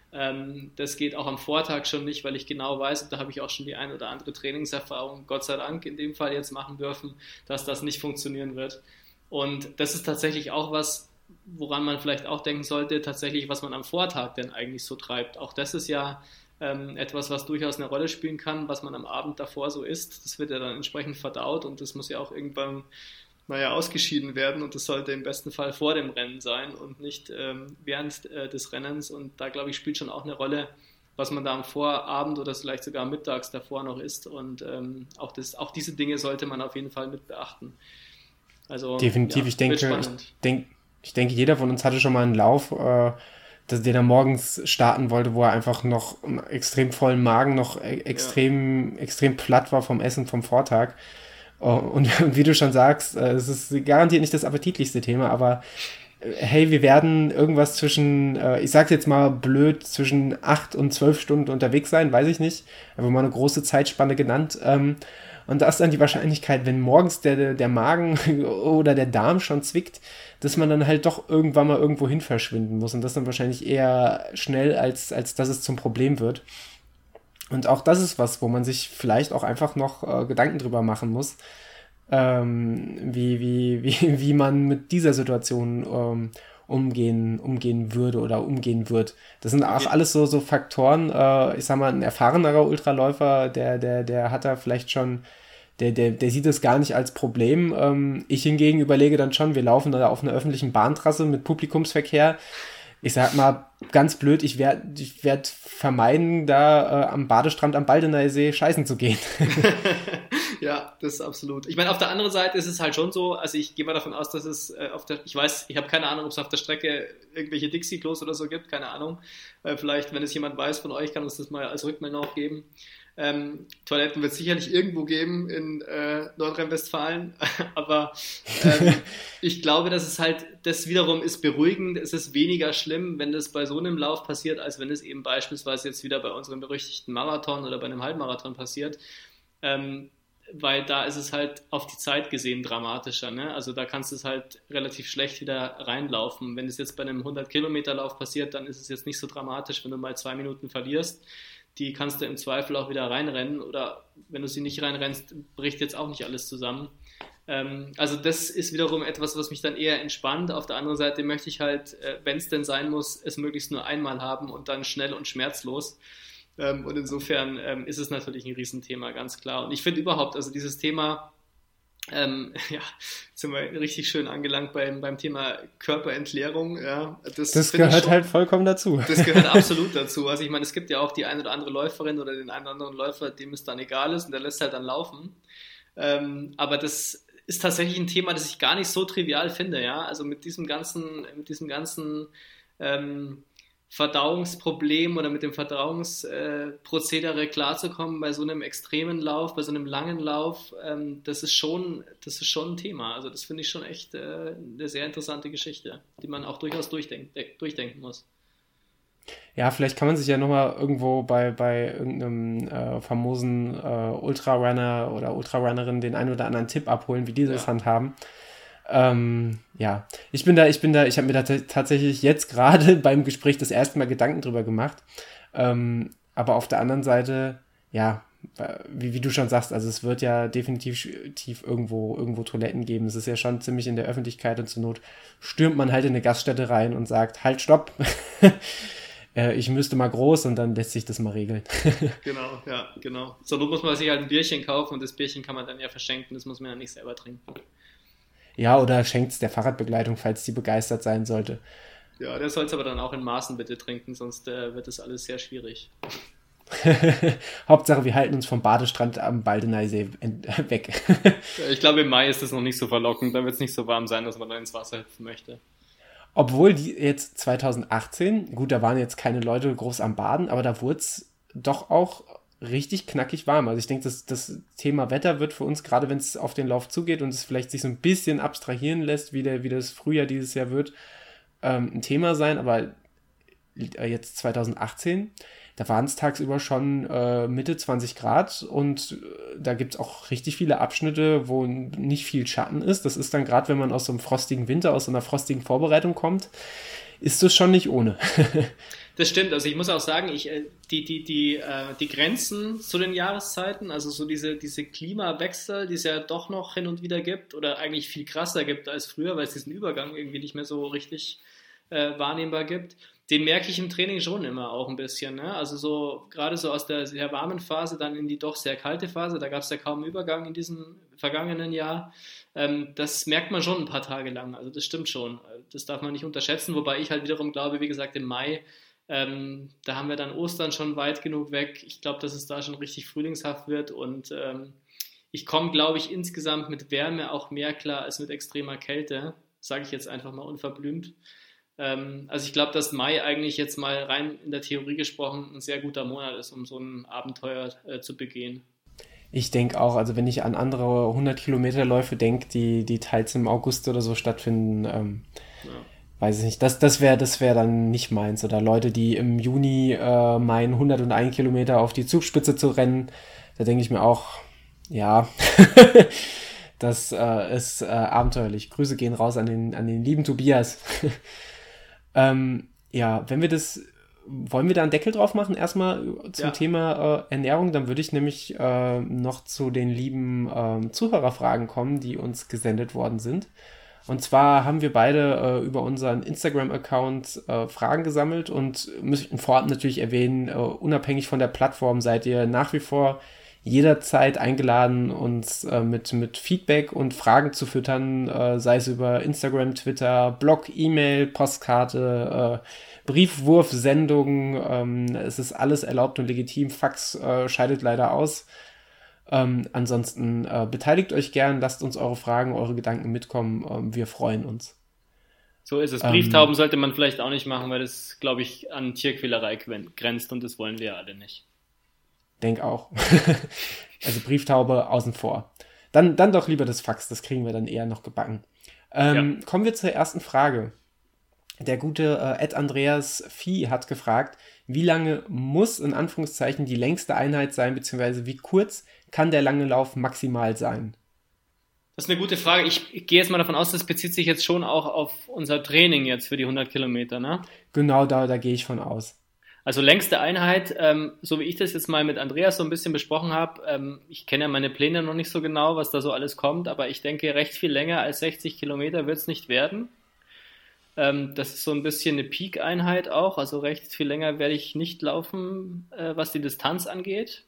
Das geht auch am Vortag schon nicht, weil ich genau weiß, und da habe ich auch schon die ein oder andere Trainingserfahrung, Gott sei Dank in dem Fall jetzt machen dürfen, dass das nicht funktionieren wird. Und das ist tatsächlich auch was, woran man vielleicht auch denken sollte, tatsächlich, was man am Vortag denn eigentlich so treibt. Auch das ist ja etwas, was durchaus eine Rolle spielen kann, was man am Abend davor so isst. Das wird ja dann entsprechend verdaut und das muss ja auch irgendwann ausgeschieden werden und das sollte im besten Fall vor dem Rennen sein und nicht während des Rennens und da glaube ich spielt schon auch eine Rolle, was man da am Vorabend oder vielleicht sogar mittags davor noch isst und auch diese Dinge sollte man auf jeden Fall mit beachten. Also Definitiv, ja, ich denke, jeder von uns hatte schon mal einen Lauf, den er morgens starten wollte, wo er einfach noch einen extrem vollen Magen, noch extrem platt war vom Essen vom Vortag. Und wie du schon sagst, es ist garantiert nicht das appetitlichste Thema, aber hey, wir werden irgendwas zwischen, ich sag's jetzt mal blöd, zwischen 8 und 12 Stunden unterwegs sein, weiß ich nicht. Einfach mal eine große Zeitspanne genannt. Und da ist dann die Wahrscheinlichkeit, wenn morgens der Magen oder der Darm schon zwickt, dass man dann halt doch irgendwann mal irgendwo hin verschwinden muss. Und das dann wahrscheinlich eher schnell, als dass es zum Problem wird. Und auch das ist was, wo man sich vielleicht auch einfach noch Gedanken drüber machen muss, wie man mit dieser Situation umgehen würde oder umgehen wird. Das sind auch alles so Faktoren, ich sag mal, ein erfahrenerer Ultraläufer, der hat da vielleicht schon, der sieht es gar nicht als Problem. Ich hingegen überlege dann schon, wir laufen da auf einer öffentlichen Bahntrasse mit Publikumsverkehr. Ich sag mal, ganz blöd, ich werd vermeiden, da am Badestrand am Baldeneysee scheißen zu gehen. Ja, das ist absolut. Ich meine, auf der anderen Seite ist es halt schon so, also ich gehe mal davon aus, dass es ich habe keine Ahnung, ob es auf der Strecke irgendwelche Dixie-Klos oder so gibt, keine Ahnung. Vielleicht, wenn es jemand weiß von euch, kann uns das mal als Rückmeldung auch geben. Toiletten wird es sicherlich irgendwo geben in Nordrhein-Westfalen, aber ich glaube, dass es halt, das wiederum ist beruhigend, es ist weniger schlimm, wenn das bei so einem Lauf passiert, als wenn es eben beispielsweise jetzt wieder bei unserem berüchtigten Marathon oder bei einem Halbmarathon passiert, weil da ist es halt auf die Zeit gesehen dramatischer, ne? Also da kannst du es halt relativ schlecht wieder reinlaufen. Wenn es jetzt bei einem 100-Kilometer-Lauf passiert, dann ist es jetzt nicht so dramatisch, wenn du mal 2 Minuten verlierst. Die kannst du im Zweifel auch wieder reinrennen oder wenn du sie nicht reinrennst, bricht jetzt auch nicht alles zusammen. Also das ist wiederum etwas, was mich dann eher entspannt. Auf der anderen Seite möchte ich halt, wenn es denn sein muss, es möglichst nur einmal haben und dann schnell und schmerzlos. Und insofern ist es natürlich ein Riesenthema, ganz klar. Und ich finde überhaupt, also dieses Thema, jetzt sind wir richtig schön angelangt beim Thema Körperentleerung. Ja, das gehört halt vollkommen dazu. Das gehört absolut dazu. Also ich meine, es gibt ja auch die eine oder andere Läuferin oder den einen oder anderen Läufer, dem es dann egal ist und der lässt halt dann laufen. Aber das ist tatsächlich ein Thema, das ich gar nicht so trivial finde. Ja, also mit diesem ganzen Verdauungsproblem oder mit dem Verdauungsprozedere klarzukommen bei so einem extremen Lauf, bei so einem langen Lauf, das ist schon ein Thema. Also das finde ich schon echt eine sehr interessante Geschichte, die man auch durchaus durchdenken muss. Ja, vielleicht kann man sich ja nochmal irgendwo bei irgendeinem famosen Ultrarunner oder Ultrarunnerin den einen oder anderen Tipp abholen, wie die das handhaben. Ich habe mir da tatsächlich jetzt gerade beim Gespräch das erste Mal Gedanken drüber gemacht. Aber auf der anderen Seite, ja, wie du schon sagst, also es wird ja definitiv irgendwo Toiletten geben. Es ist ja schon ziemlich in der Öffentlichkeit und zur Not stürmt man halt in eine Gaststätte rein und sagt, halt, stopp, ich müsste mal groß und dann lässt sich das mal regeln. Genau, ja, genau. Zur Not muss man sich halt ein Bierchen kaufen und das Bierchen kann man dann ja verschenken, das muss man ja nicht selber trinken. Ja, oder schenkt es der Fahrradbegleitung, falls die begeistert sein sollte. Ja, der soll es aber dann auch in Maßen bitte trinken, sonst wird das alles sehr schwierig. Hauptsache, wir halten uns vom Badestrand am Baldeneysee weg. Ich glaube, im Mai ist das noch nicht so verlockend, da wird es nicht so warm sein, dass man da ins Wasser hüpfen möchte. Obwohl die jetzt 2018, gut, da waren jetzt keine Leute groß am Baden, aber da wurde es doch auch richtig knackig warm. Also ich denke, das Thema Wetter wird für uns, gerade wenn es auf den Lauf zugeht und es vielleicht sich so ein bisschen abstrahieren lässt, wie das Frühjahr dieses Jahr wird, ein Thema sein. Aber jetzt 2018, da waren es tagsüber schon Mitte 20 Grad und da gibt es auch richtig viele Abschnitte, wo nicht viel Schatten ist. Das ist dann gerade, wenn man aus so einem frostigen Winter, aus so einer frostigen Vorbereitung kommt, ist das schon nicht ohne. Das stimmt, also ich muss auch sagen, die Grenzen zu den Jahreszeiten, also so diese Klimawechsel, die es ja doch noch hin und wieder gibt oder eigentlich viel krasser gibt als früher, weil es diesen Übergang irgendwie nicht mehr so richtig wahrnehmbar gibt, den merke ich im Training schon immer auch ein bisschen. Ne? Also so gerade so aus der sehr warmen Phase dann in die doch sehr kalte Phase, da gab es ja kaum einen Übergang in diesem vergangenen Jahr. Das merkt man schon ein paar Tage lang, also das stimmt schon. Das darf man nicht unterschätzen, wobei ich halt wiederum glaube, wie gesagt, im Mai, da haben wir dann Ostern schon weit genug weg. Ich glaube, dass es da schon richtig frühlingshaft wird und ich komme, glaube ich, insgesamt mit Wärme auch mehr klar als mit extremer Kälte, sage ich jetzt einfach mal unverblümt. Also ich glaube, dass Mai eigentlich jetzt mal rein in der Theorie gesprochen ein sehr guter Monat ist, um so ein Abenteuer zu begehen. Ich denke auch, also wenn ich an andere 100-Kilometer-Läufe denke, die teils im August oder so stattfinden, Ja. weiß ich nicht, das wär dann nicht meins. Oder Leute, die im Juni meinen, 101 Kilometer auf die Zugspitze zu rennen, da denke ich mir auch, ja, das ist abenteuerlich. Grüße gehen raus an den lieben Tobias. Ja, wollen wir da einen Deckel drauf machen, erstmal zum Ja. Thema Ernährung, dann würde ich nämlich noch zu den lieben Zuhörerfragen kommen, die uns gesendet worden sind. Und zwar haben wir beide über unseren Instagram-Account Fragen gesammelt und müssen vorab natürlich erwähnen, unabhängig von der Plattform seid ihr nach wie vor jederzeit eingeladen, uns mit Feedback und Fragen zu füttern, sei es über Instagram, Twitter, Blog, E-Mail, Postkarte, Briefwurfsendungen, es ist alles erlaubt und legitim. Fax scheidet leider aus. Ansonsten beteiligt euch gern, lasst uns eure Fragen, eure Gedanken mitkommen. Wir freuen uns. So ist es. Brieftauben sollte man vielleicht auch nicht machen, weil das, glaube ich, an Tierquälerei grenzt und das wollen wir ja alle nicht. Denk auch. Also Brieftaube außen vor. Dann doch lieber das Fax, das kriegen wir dann eher noch gebacken. Kommen wir zur ersten Frage. Der gute Andreas Vieh hat gefragt, wie lange muss in Anführungszeichen die längste Einheit sein, beziehungsweise wie kurz kann der lange Lauf maximal sein? Das ist eine gute Frage. Ich gehe jetzt mal davon aus, das bezieht sich jetzt schon auch auf unser Training jetzt für die 100 Kilometer, ne? Genau, da gehe ich von aus. Also längste Einheit, so wie ich das jetzt mal mit Andreas so ein bisschen besprochen habe, ich kenne ja meine Pläne noch nicht so genau, was da so alles kommt, aber ich denke, recht viel länger als 60 Kilometer wird es nicht werden. Das ist so ein bisschen eine Peak-Einheit auch, also recht viel länger werde ich nicht laufen, was die Distanz angeht.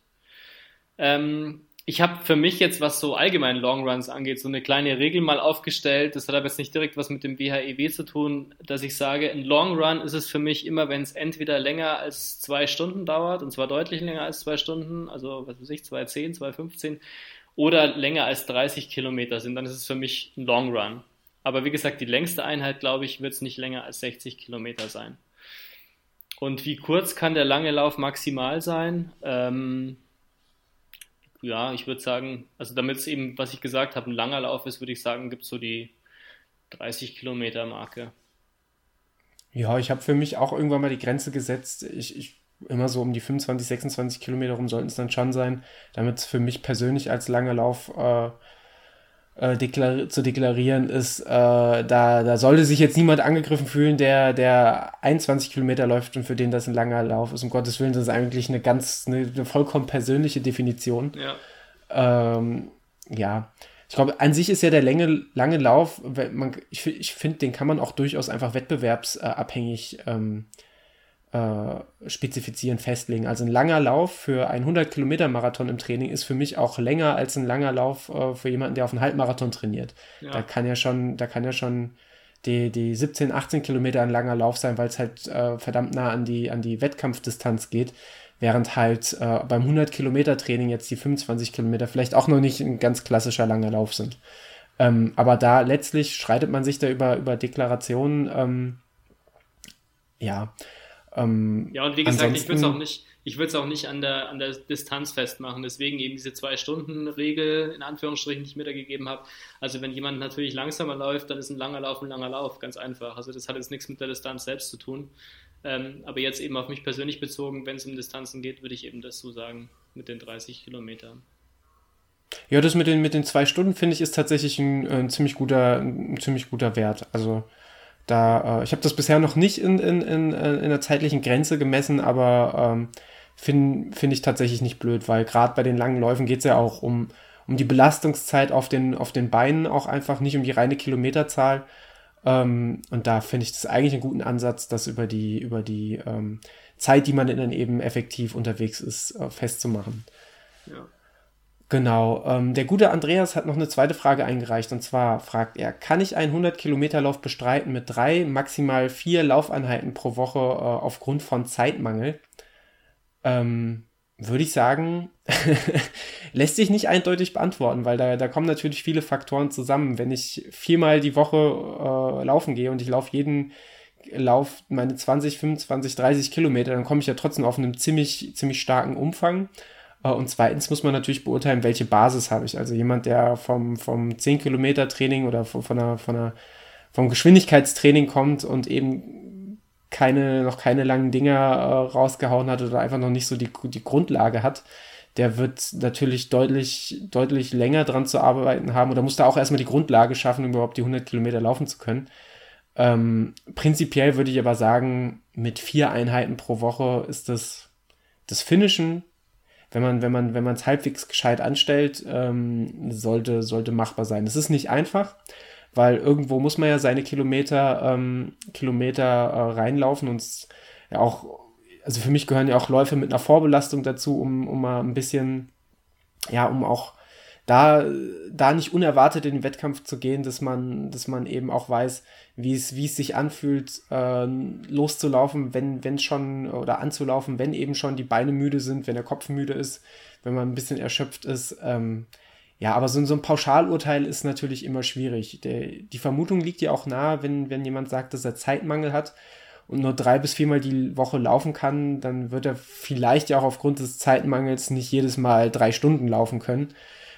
Ich habe für mich jetzt, was so allgemein Longruns angeht, so eine kleine Regel mal aufgestellt. Das hat aber jetzt nicht direkt was mit dem WHEW zu tun, dass ich sage, ein Longrun ist es für mich immer, wenn es entweder länger als 2 Stunden dauert, und zwar deutlich länger als 2 Stunden, also was weiß ich, 2:10, 2:15, oder länger als 30 Kilometer sind, dann ist es für mich ein Longrun. Aber wie gesagt, die längste Einheit, glaube ich, wird es nicht länger als 60 Kilometer sein. Und wie kurz kann der lange Lauf maximal sein? Ja, ich würde sagen, also damit es eben, was ich gesagt habe, ein langer Lauf ist, würde ich sagen, gibt es so die 30 Kilometer Marke. Ja, ich habe für mich auch irgendwann mal die Grenze gesetzt. Ich immer so um die 25, 26 Kilometer rum sollten es dann schon sein, damit es für mich persönlich als langer Lauf zu deklarieren ist, da sollte sich jetzt niemand angegriffen fühlen, der 21 Kilometer läuft und für den das ein langer Lauf ist. Um Gottes Willen, das ist eigentlich eine vollkommen persönliche Definition. Ja. Ja, ich glaube, an sich ist ja der lange Lauf, ich finde, den kann man auch durchaus einfach wettbewerbsabhängig spezifizieren, festlegen. Also ein langer Lauf für einen 100-Kilometer-Marathon im Training ist für mich auch länger als ein langer Lauf für jemanden, der auf einen Halbmarathon trainiert. Ja. Da kann ja schon die 17, 18 Kilometer ein langer Lauf sein, weil es halt verdammt nah an die Wettkampfdistanz geht, während halt beim 100-Kilometer-Training jetzt die 25 Kilometer vielleicht auch noch nicht ein ganz klassischer langer Lauf sind. Aber da letztlich schreitet man sich da über Deklarationen, ja. Ja, und wie gesagt, ich ansonsten, würde es auch nicht an der Distanz festmachen, deswegen eben diese 2-Stunden-Regel in Anführungsstrichen, die ich mir da gegeben habe. Also wenn jemand natürlich langsamer läuft, dann ist ein langer Lauf, ganz einfach. Also das hat jetzt nichts mit der Distanz selbst zu tun. Aber jetzt eben auf mich persönlich bezogen, wenn es um Distanzen geht, würde ich eben das so sagen, mit den 30 Kilometern. ja, das mit den 2 Stunden, finde ich, ist tatsächlich ein ziemlich guter Wert. Also ich habe das bisher noch nicht in einer zeitlichen Grenze gemessen, aber finde ich tatsächlich nicht blöd, weil gerade bei den langen Läufen geht es ja auch um die Belastungszeit auf den Beinen, auch einfach nicht um die reine Kilometerzahl. Und da finde ich das eigentlich einen guten Ansatz, das über die Zeit, die man dann eben effektiv unterwegs ist, festzumachen. Ja. Genau. Der gute Andreas hat noch eine zweite Frage eingereicht, und zwar fragt er: Kann ich einen 100-Kilometer-Lauf bestreiten mit 3, maximal 4 Laufeinheiten pro Woche aufgrund von Zeitmangel? Würde ich sagen, lässt sich nicht eindeutig beantworten, weil da kommen natürlich viele Faktoren zusammen. Wenn ich 4-mal die Woche laufen gehe und ich laufe jeden Lauf meine 20, 25, 30 Kilometer, dann komme ich ja trotzdem auf einen ziemlich starken Umfang. Und zweitens muss man natürlich beurteilen, welche Basis habe ich. Also jemand, der vom 10-Kilometer-Training oder vom Geschwindigkeitstraining kommt und eben noch keine langen Dinger rausgehauen hat oder einfach noch nicht so die Grundlage hat, der wird natürlich deutlich länger dran zu arbeiten haben oder muss da auch erstmal die Grundlage schaffen, um überhaupt die 100 Kilometer laufen zu können. Prinzipiell würde ich aber sagen, mit 4 Einheiten pro Woche ist das Finishen, wenn man es halbwegs gescheit anstellt, sollte machbar sein. Es ist nicht einfach, weil irgendwo muss man ja seine Kilometer reinlaufen, und ja auch, also für mich gehören ja auch Läufe mit einer Vorbelastung dazu, um mal ein bisschen, ja, um auch da nicht unerwartet in den Wettkampf zu gehen, dass man eben auch weiß, wie es sich anfühlt, loszulaufen, wenn schon, oder anzulaufen, wenn eben schon die Beine müde sind, wenn der Kopf müde ist, wenn man ein bisschen erschöpft ist. Ja, aber so ein Pauschalurteil ist natürlich immer schwierig. Die Vermutung liegt ja auch nahe, wenn jemand sagt, dass er Zeitmangel hat und nur 3 bis 4 Mal die Woche laufen kann, dann wird er vielleicht ja auch aufgrund des Zeitmangels nicht jedes Mal 3 Stunden laufen können.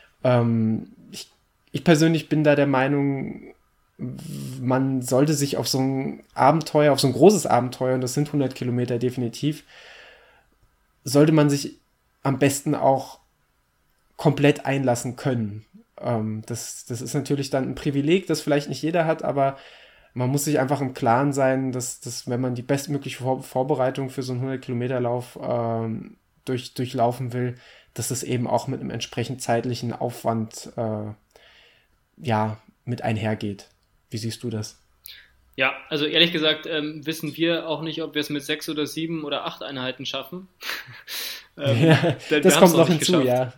Ich persönlich bin da der Meinung, man sollte sich auf so ein Abenteuer, auf so ein großes Abenteuer, und das sind 100 Kilometer definitiv, sollte man sich am besten auch komplett einlassen können. Das ist natürlich dann ein Privileg, das vielleicht nicht jeder hat, aber man muss sich einfach im Klaren sein, dass wenn man die bestmögliche Vorbereitung für so einen 100-Kilometer-Lauf durchlaufen will, dass es eben auch mit einem entsprechend zeitlichen Aufwand mit einhergeht. Wie siehst du das? Ja, also ehrlich gesagt wissen wir auch nicht, ob wir es mit 6 oder 7 oder 8 Einheiten schaffen. Das kommt noch hinzu, ja.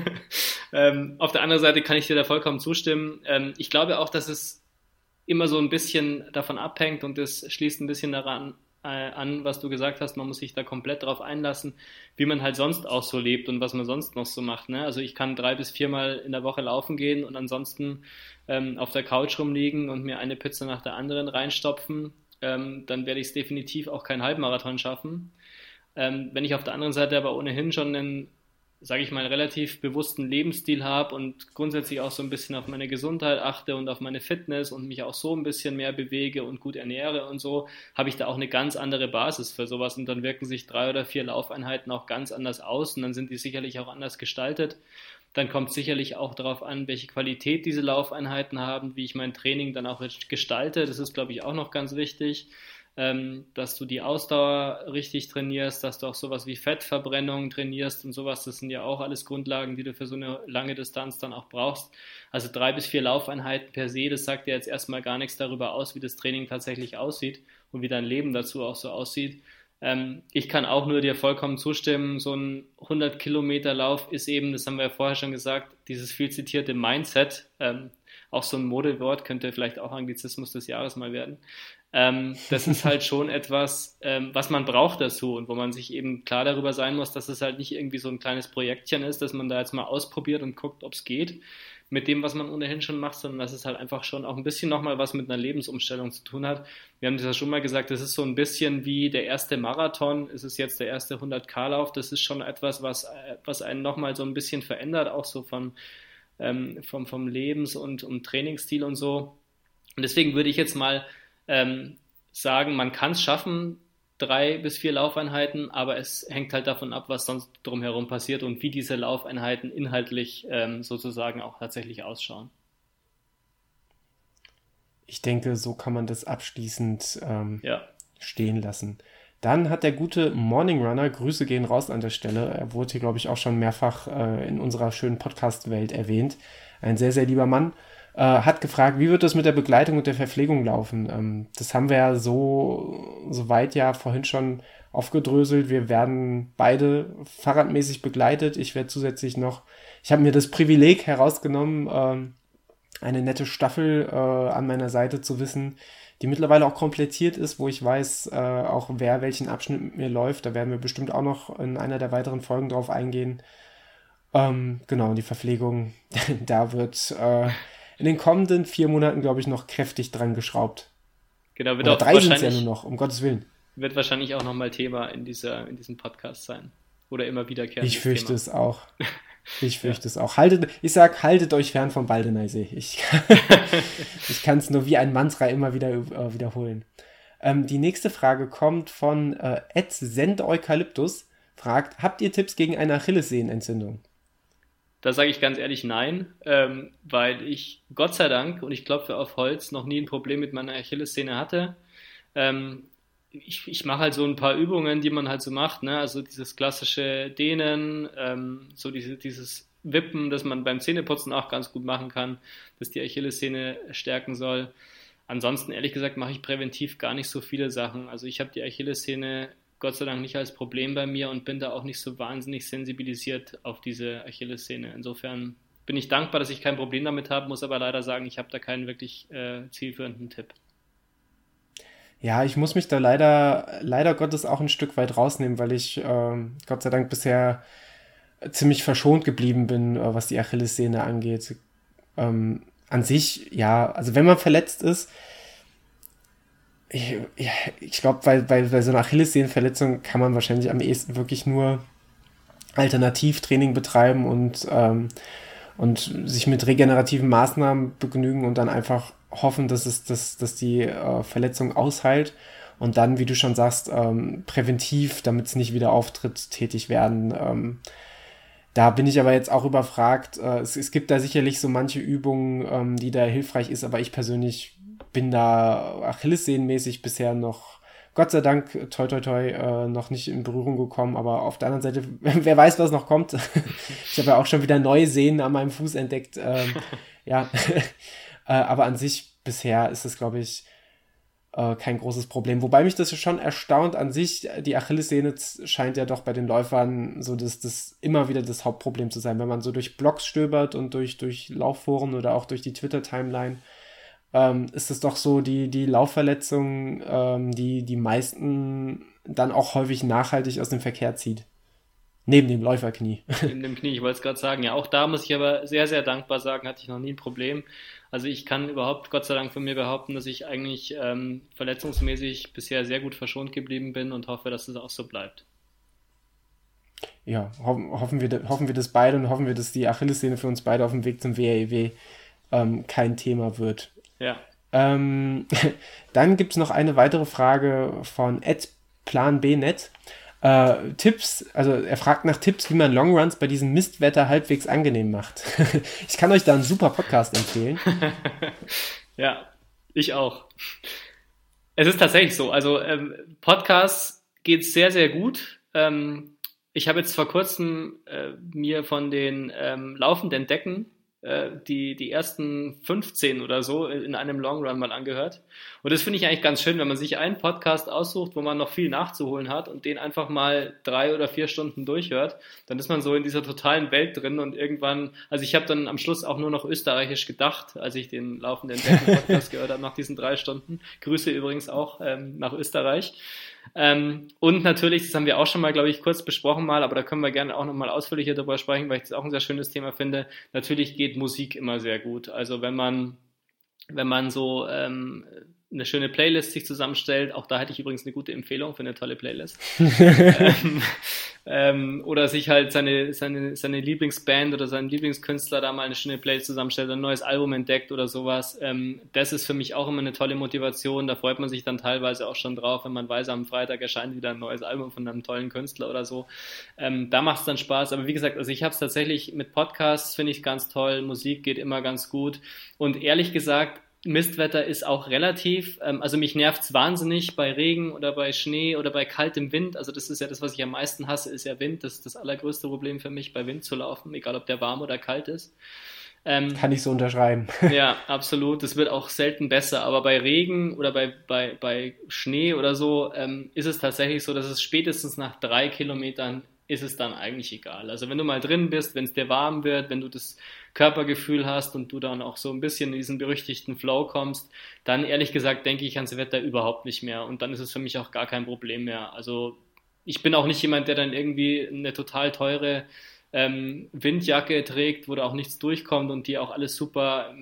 Auf der anderen Seite kann ich dir da vollkommen zustimmen. Ich glaube auch, dass es immer so ein bisschen davon abhängt, und das schließt ein bisschen daran an, was du gesagt hast. Man muss sich da komplett drauf einlassen, wie man halt sonst auch so lebt und was man sonst noch so macht. Ne? Also ich kann 3 bis 4 Mal in der Woche laufen gehen und ansonsten auf der Couch rumliegen und mir eine Pizza nach der anderen reinstopfen. Dann werde ich es definitiv auch keinen Halbmarathon schaffen. Wenn ich auf der anderen Seite aber ohnehin schon einen, sage ich mal, relativ bewussten Lebensstil habe und grundsätzlich auch so ein bisschen auf meine Gesundheit achte und auf meine Fitness und mich auch so ein bisschen mehr bewege und gut ernähre und so, habe ich da auch eine ganz andere Basis für sowas, und dann wirken sich 3 oder 4 Laufeinheiten auch ganz anders aus, und dann sind die sicherlich auch anders gestaltet. Dann kommt sicherlich auch darauf an, welche Qualität diese Laufeinheiten haben, wie ich mein Training dann auch gestalte. Das ist, glaube ich, auch noch ganz wichtig, dass du die Ausdauer richtig trainierst, dass du auch sowas wie Fettverbrennung trainierst und sowas. Das sind ja auch alles Grundlagen, die du für so eine lange Distanz dann auch brauchst. Also 3 bis 4 Laufeinheiten per se, das sagt ja jetzt erstmal gar nichts darüber aus, wie das Training tatsächlich aussieht und wie dein Leben dazu auch so aussieht. Ich kann auch nur dir vollkommen zustimmen, so ein 100-Kilometer-Lauf ist eben, das haben wir ja vorher schon gesagt, dieses viel zitierte Mindset, auch so ein Modewort, könnte vielleicht auch Anglizismus des Jahres mal werden. Das ist halt schon etwas, was man braucht dazu, und wo man sich eben klar darüber sein muss, dass es halt nicht irgendwie so ein kleines Projektchen ist, dass man da jetzt mal ausprobiert und guckt, ob es geht mit dem, was man ohnehin schon macht, sondern dass es halt einfach schon auch ein bisschen nochmal was mit einer Lebensumstellung zu tun hat. Wir haben das ja schon mal gesagt, das ist so ein bisschen wie der erste Marathon, es ist jetzt der erste 100K-Lauf, das ist schon etwas, was einen nochmal so ein bisschen verändert, auch so vom Lebens- und Trainingsstil und so. Und deswegen würde ich jetzt mal sagen, man kann es schaffen, 3 bis 4 Laufeinheiten, aber es hängt halt davon ab, was sonst drumherum passiert und wie diese Laufeinheiten inhaltlich sozusagen auch tatsächlich ausschauen. Ich denke, so kann man das abschließend stehen lassen. Dann hat der gute Morning Runner, Grüße gehen raus an der Stelle, er wurde hier, glaube ich, auch schon mehrfach in unserer schönen Podcast-Welt erwähnt, ein sehr, sehr lieber Mann, hat gefragt, wie wird das mit der Begleitung und der Verpflegung laufen? Das haben wir ja soweit ja vorhin schon aufgedröselt. Wir werden beide fahrradmäßig begleitet. Ich habe mir das Privileg herausgenommen, eine nette Staffel an meiner Seite zu wissen, die mittlerweile auch komplettiert ist, wo ich weiß, auch wer welchen Abschnitt mit mir läuft. Da werden wir bestimmt auch noch in einer der weiteren Folgen drauf eingehen. Genau, die Verpflegung, da wird in den kommenden 4 Monaten, glaube ich, noch kräftig dran geschraubt. Genau, wird Oder auch 3 sind es ja wahrscheinlich, nur noch, um Gottes Willen. wird wahrscheinlich auch nochmal Thema in diesem Podcast sein. Oder immer wiederkehrendes Ich fürchte Thema. es auch. Ich Ja. fürchte es auch. Haltet euch fern vom Baldeneysee. Ich kann es nur wie ein Mantra immer wieder wiederholen. Die nächste Frage kommt von @sendeukalyptus. Fragt, habt ihr Tipps gegen eine Achillessehnenentzündung? Da sage ich ganz ehrlich nein, weil ich Gott sei Dank, und ich klopfe auf Holz, noch nie ein Problem mit meiner Achillessehne hatte. Ich mache halt so ein paar Übungen, die man halt so macht, ne? Also dieses klassische Dehnen, so dieses Wippen, das man beim Zähneputzen auch ganz gut machen kann, das die Achillessehne stärken soll. Ansonsten, ehrlich gesagt, mache ich präventiv gar nicht so viele Sachen. Also ich habe die Achillessehne Gott sei Dank nicht als Problem bei mir und bin da auch nicht so wahnsinnig sensibilisiert auf diese Achillessehne. Insofern bin ich dankbar, dass ich kein Problem damit habe, muss aber leider sagen, ich habe da keinen wirklich zielführenden Tipp. Ja, ich muss mich da leider Gottes auch ein Stück weit rausnehmen, weil ich Gott sei Dank bisher ziemlich verschont geblieben bin, was die Achillessehne angeht. An sich, ja, also wenn man verletzt ist, ich glaube, bei so einer Achillessehnenverletzung kann man wahrscheinlich am ehesten wirklich nur Alternativtraining betreiben und sich mit regenerativen Maßnahmen begnügen und dann einfach hoffen, dass die Verletzung ausheilt und dann, wie du schon sagst, präventiv, damit es nicht wieder auftritt, tätig werden. Da bin ich aber jetzt auch überfragt. Es gibt da sicherlich so manche Übungen, die da hilfreich ist, aber ich persönlich bin da Achillessehnenmäßig bisher noch, Gott sei Dank, toi toi toi, noch nicht in Berührung gekommen, aber auf der anderen Seite, wer weiß, was noch kommt. Ich habe ja auch schon wieder neue Sehnen an meinem Fuß entdeckt. Ja, aber an sich bisher ist es, glaube ich, kein großes Problem. Wobei mich das schon erstaunt an sich, die Achillessehne scheint ja doch bei den Läufern so das immer wieder das Hauptproblem zu sein. Wenn man so durch Blogs stöbert und durch Laufforen oder auch durch die Twitter-Timeline, ist es doch so die Laufverletzung, die meisten dann auch häufig nachhaltig aus dem Verkehr zieht. Neben dem Läuferknie. In dem Knie, ich wollte es gerade sagen. Ja, auch da muss ich aber sehr, sehr dankbar sagen, hatte ich noch nie ein Problem. Also ich kann überhaupt, Gott sei Dank, von mir behaupten, dass ich eigentlich verletzungsmäßig bisher sehr gut verschont geblieben bin und hoffe, dass es auch so bleibt. Ja, hoffen wir das beide und hoffen wir, dass die Achillessehne für uns beide auf dem Weg zum WREW kein Thema wird. Ja. Dann gibt es noch eine weitere Frage von @planbnet. Tipps, also er fragt nach Tipps, wie man Longruns bei diesem Mistwetter halbwegs angenehm macht. Ich kann euch da einen super Podcast empfehlen. Ja, ich auch. Es ist tatsächlich so. Also Podcasts geht sehr, sehr gut. Ich habe jetzt vor kurzem mir von den laufenden Decken die ersten 15 oder so in einem Long Run mal angehört. Und das finde ich eigentlich ganz schön, wenn man sich einen Podcast aussucht, wo man noch viel nachzuholen hat und den einfach mal 3 oder 4 Stunden durchhört, dann ist man so in dieser totalen Welt drin und irgendwann, also ich habe dann am Schluss auch nur noch österreichisch gedacht, als ich den laufenden Decken-Podcast gehört habe nach diesen 3 Stunden. Grüße übrigens auch nach Österreich. Und natürlich, das haben wir auch schon mal, glaube ich, kurz besprochen mal, aber da können wir gerne auch nochmal ausführlicher darüber sprechen, weil ich das auch ein sehr schönes Thema finde. Natürlich geht Musik immer sehr gut. Also wenn man so eine schöne Playlist sich zusammenstellt, auch da hätte ich übrigens eine gute Empfehlung für eine tolle Playlist. Oder sich halt seine Lieblingsband oder seinen Lieblingskünstler da mal eine schöne Playlist zusammenstellt, ein neues Album entdeckt oder sowas. Das ist für mich auch immer eine tolle Motivation. Da freut man sich dann teilweise auch schon drauf, wenn man weiß, am Freitag erscheint wieder ein neues Album von einem tollen Künstler oder so. Da macht es dann Spaß. Aber wie gesagt, also ich habe es tatsächlich mit Podcasts, finde ich ganz toll. Musik geht immer ganz gut. Und ehrlich gesagt, Mistwetter ist auch relativ, also mich nervt's wahnsinnig bei Regen oder bei Schnee oder bei kaltem Wind. Also das ist ja das, was ich am meisten hasse, ist ja Wind. Das ist das allergrößte Problem für mich, bei Wind zu laufen, egal ob der warm oder kalt ist. Kann ich so unterschreiben. Ja, absolut. Das wird auch selten besser. Aber bei Regen oder bei Schnee oder so ist es tatsächlich so, dass es spätestens nach 3 Kilometern ist es dann eigentlich egal. Also wenn du mal drin bist, wenn es dir warm wird, wenn du das Körpergefühl hast und du dann auch so ein bisschen in diesen berüchtigten Flow kommst, dann ehrlich gesagt denke ich ans Wetter überhaupt nicht mehr. Und dann ist es für mich auch gar kein Problem mehr. Also ich bin auch nicht jemand, der dann irgendwie eine total teure Windjacke trägt, wo da auch nichts durchkommt und die auch alles super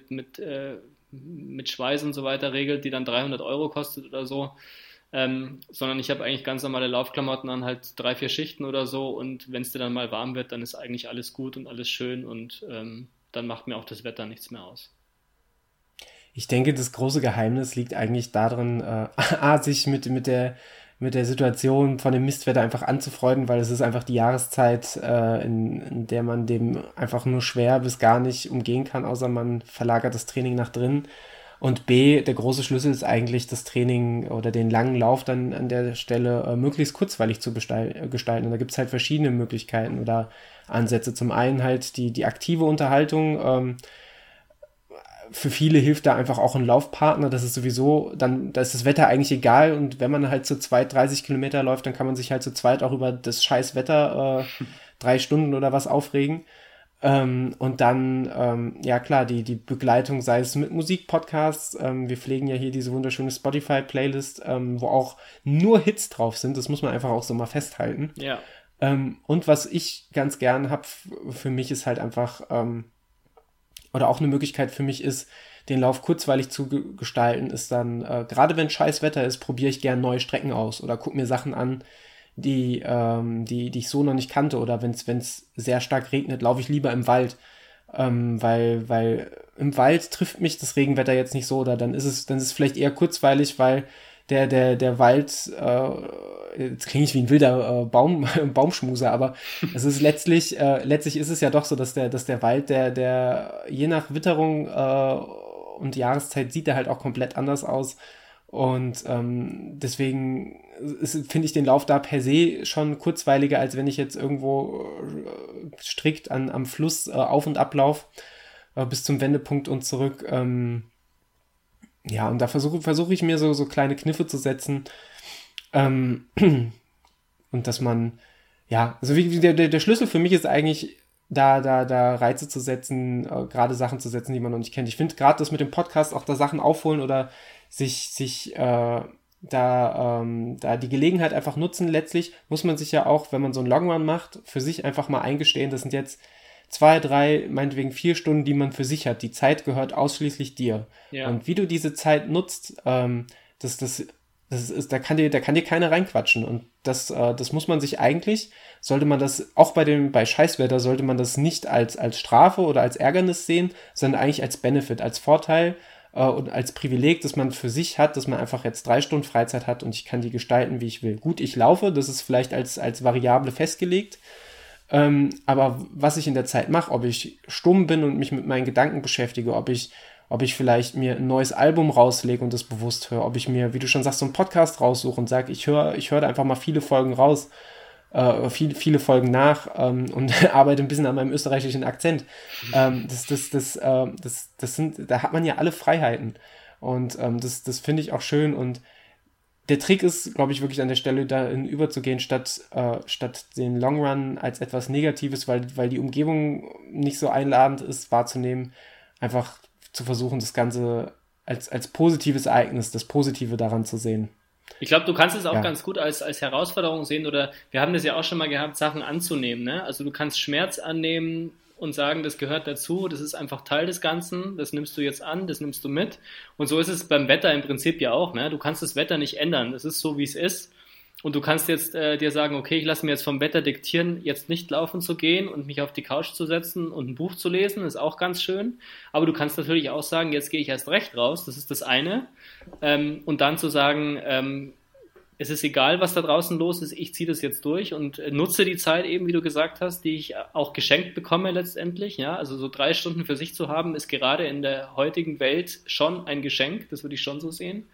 mit Schweiß und so weiter regelt, die dann 300 € kostet oder so. Sondern ich habe eigentlich ganz normale Laufklamotten an, halt 3, 4 Schichten oder so, und wenn es dir dann mal warm wird, dann ist eigentlich alles gut und alles schön, und dann macht mir auch das Wetter nichts mehr aus. Ich denke, das große Geheimnis liegt eigentlich darin, sich mit der Situation von dem Mistwetter einfach anzufreunden, weil es ist einfach die Jahreszeit, in der man dem einfach nur schwer bis gar nicht umgehen kann, außer man verlagert das Training nach drinnen. Und B, der große Schlüssel ist eigentlich, das Training oder den langen Lauf dann an der Stelle möglichst kurzweilig zu gestalten. Und da gibt es halt verschiedene Möglichkeiten oder Ansätze. Zum einen halt die aktive Unterhaltung. Für viele hilft da einfach auch ein Laufpartner. Das ist sowieso, dann, da ist das Wetter eigentlich egal. Und wenn man halt zu zweit 30 Kilometer läuft, dann kann man sich halt zu zweit auch über das scheiß Wetter 3 Stunden oder was aufregen. Und dann, ja klar, die Begleitung, sei es mit Musikpodcasts, wir pflegen ja hier diese wunderschöne Spotify-Playlist, wo auch nur Hits drauf sind, das muss man einfach auch so mal festhalten. Ja. Und was ich ganz gern habe für mich ist halt einfach, oder auch eine Möglichkeit für mich ist, den Lauf kurzweilig zu gestalten, ist dann, gerade wenn scheiß Wetter ist, probiere ich gern neue Strecken aus oder gucke mir Sachen an, die ich so noch nicht kannte, oder wenn es sehr stark regnet, laufe ich lieber im Wald, weil im Wald trifft mich das Regenwetter jetzt nicht so, oder dann ist es vielleicht eher kurzweilig, weil der Wald, jetzt klinge ich wie ein wilder Baumschmuser, aber es ist letztlich ist es ja doch so, dass der Wald, der je nach Witterung und Jahreszeit sieht er halt auch komplett anders aus. Und deswegen finde ich den Lauf da per se schon kurzweiliger, als wenn ich jetzt irgendwo strikt am Fluss auf und ablauf bis zum Wendepunkt und zurück. Ja, und da versuche ich mir so kleine Kniffe zu setzen. Und dass man, ja, also der Schlüssel für mich ist eigentlich, da Reize zu setzen, gerade Sachen zu setzen, die man noch nicht kennt. Ich finde gerade das mit dem Podcast, auch da Sachen aufholen oder sich da die Gelegenheit einfach nutzen. Letztlich muss man sich ja auch, wenn man so einen Longrun macht, für sich einfach mal eingestehen, das sind jetzt 2, 3, meinetwegen 4 Stunden, die man für sich hat. Die Zeit gehört ausschließlich dir. Ja. Und wie du diese Zeit nutzt, da kann dir keiner reinquatschen. Und das muss man sich eigentlich, sollte man das, auch bei Scheißwetter, sollte man das nicht als Strafe oder als Ärgernis sehen, sondern eigentlich als Benefit, als Vorteil und als Privileg, das man für sich hat, dass man einfach jetzt 3 Stunden Freizeit hat und ich kann die gestalten, wie ich will. Gut, ich laufe, das ist vielleicht als Variable festgelegt, aber was ich in der Zeit mache, ob ich stumm bin und mich mit meinen Gedanken beschäftige, ob ich vielleicht mir ein neues Album rauslege und das bewusst höre, ob ich mir, wie du schon sagst, so einen Podcast raussuche und sage, ich höre da einfach mal viele Folgen raus, viele Folgen nach und arbeite ein bisschen an meinem österreichischen Akzent. Da hat man ja alle Freiheiten und das finde ich auch schön, und der Trick ist, glaube ich, wirklich an der Stelle dahin überzugehen, statt den Long Run als etwas Negatives, weil die Umgebung nicht so einladend ist, wahrzunehmen, einfach zu versuchen, das Ganze als positives Ereignis, das Positive daran zu sehen. Ich glaube, du kannst es auch Ja. ganz gut als Herausforderung sehen, oder wir haben das ja auch schon mal gehabt, Sachen anzunehmen. Ne? Also du kannst Schmerz annehmen und sagen, das gehört dazu, das ist einfach Teil des Ganzen, das nimmst du jetzt an, das nimmst du mit. Und so ist es beim Wetter im Prinzip ja auch. Ne? Du kannst das Wetter nicht ändern, es ist so, wie es ist. Und du kannst jetzt dir sagen, okay, ich lasse mir jetzt vom Wetter diktieren, jetzt nicht laufen zu gehen und mich auf die Couch zu setzen und ein Buch zu lesen, ist auch ganz schön. Aber du kannst natürlich auch sagen, jetzt gehe ich erst recht raus, das ist das eine. Und dann zu sagen, es ist egal, was da draußen los ist, ich ziehe das jetzt durch und nutze die Zeit eben, wie du gesagt hast, die ich auch geschenkt bekomme letztendlich. Ja? Also so 3 Stunden für sich zu haben, ist gerade in der heutigen Welt schon ein Geschenk, das würde ich schon so sehen.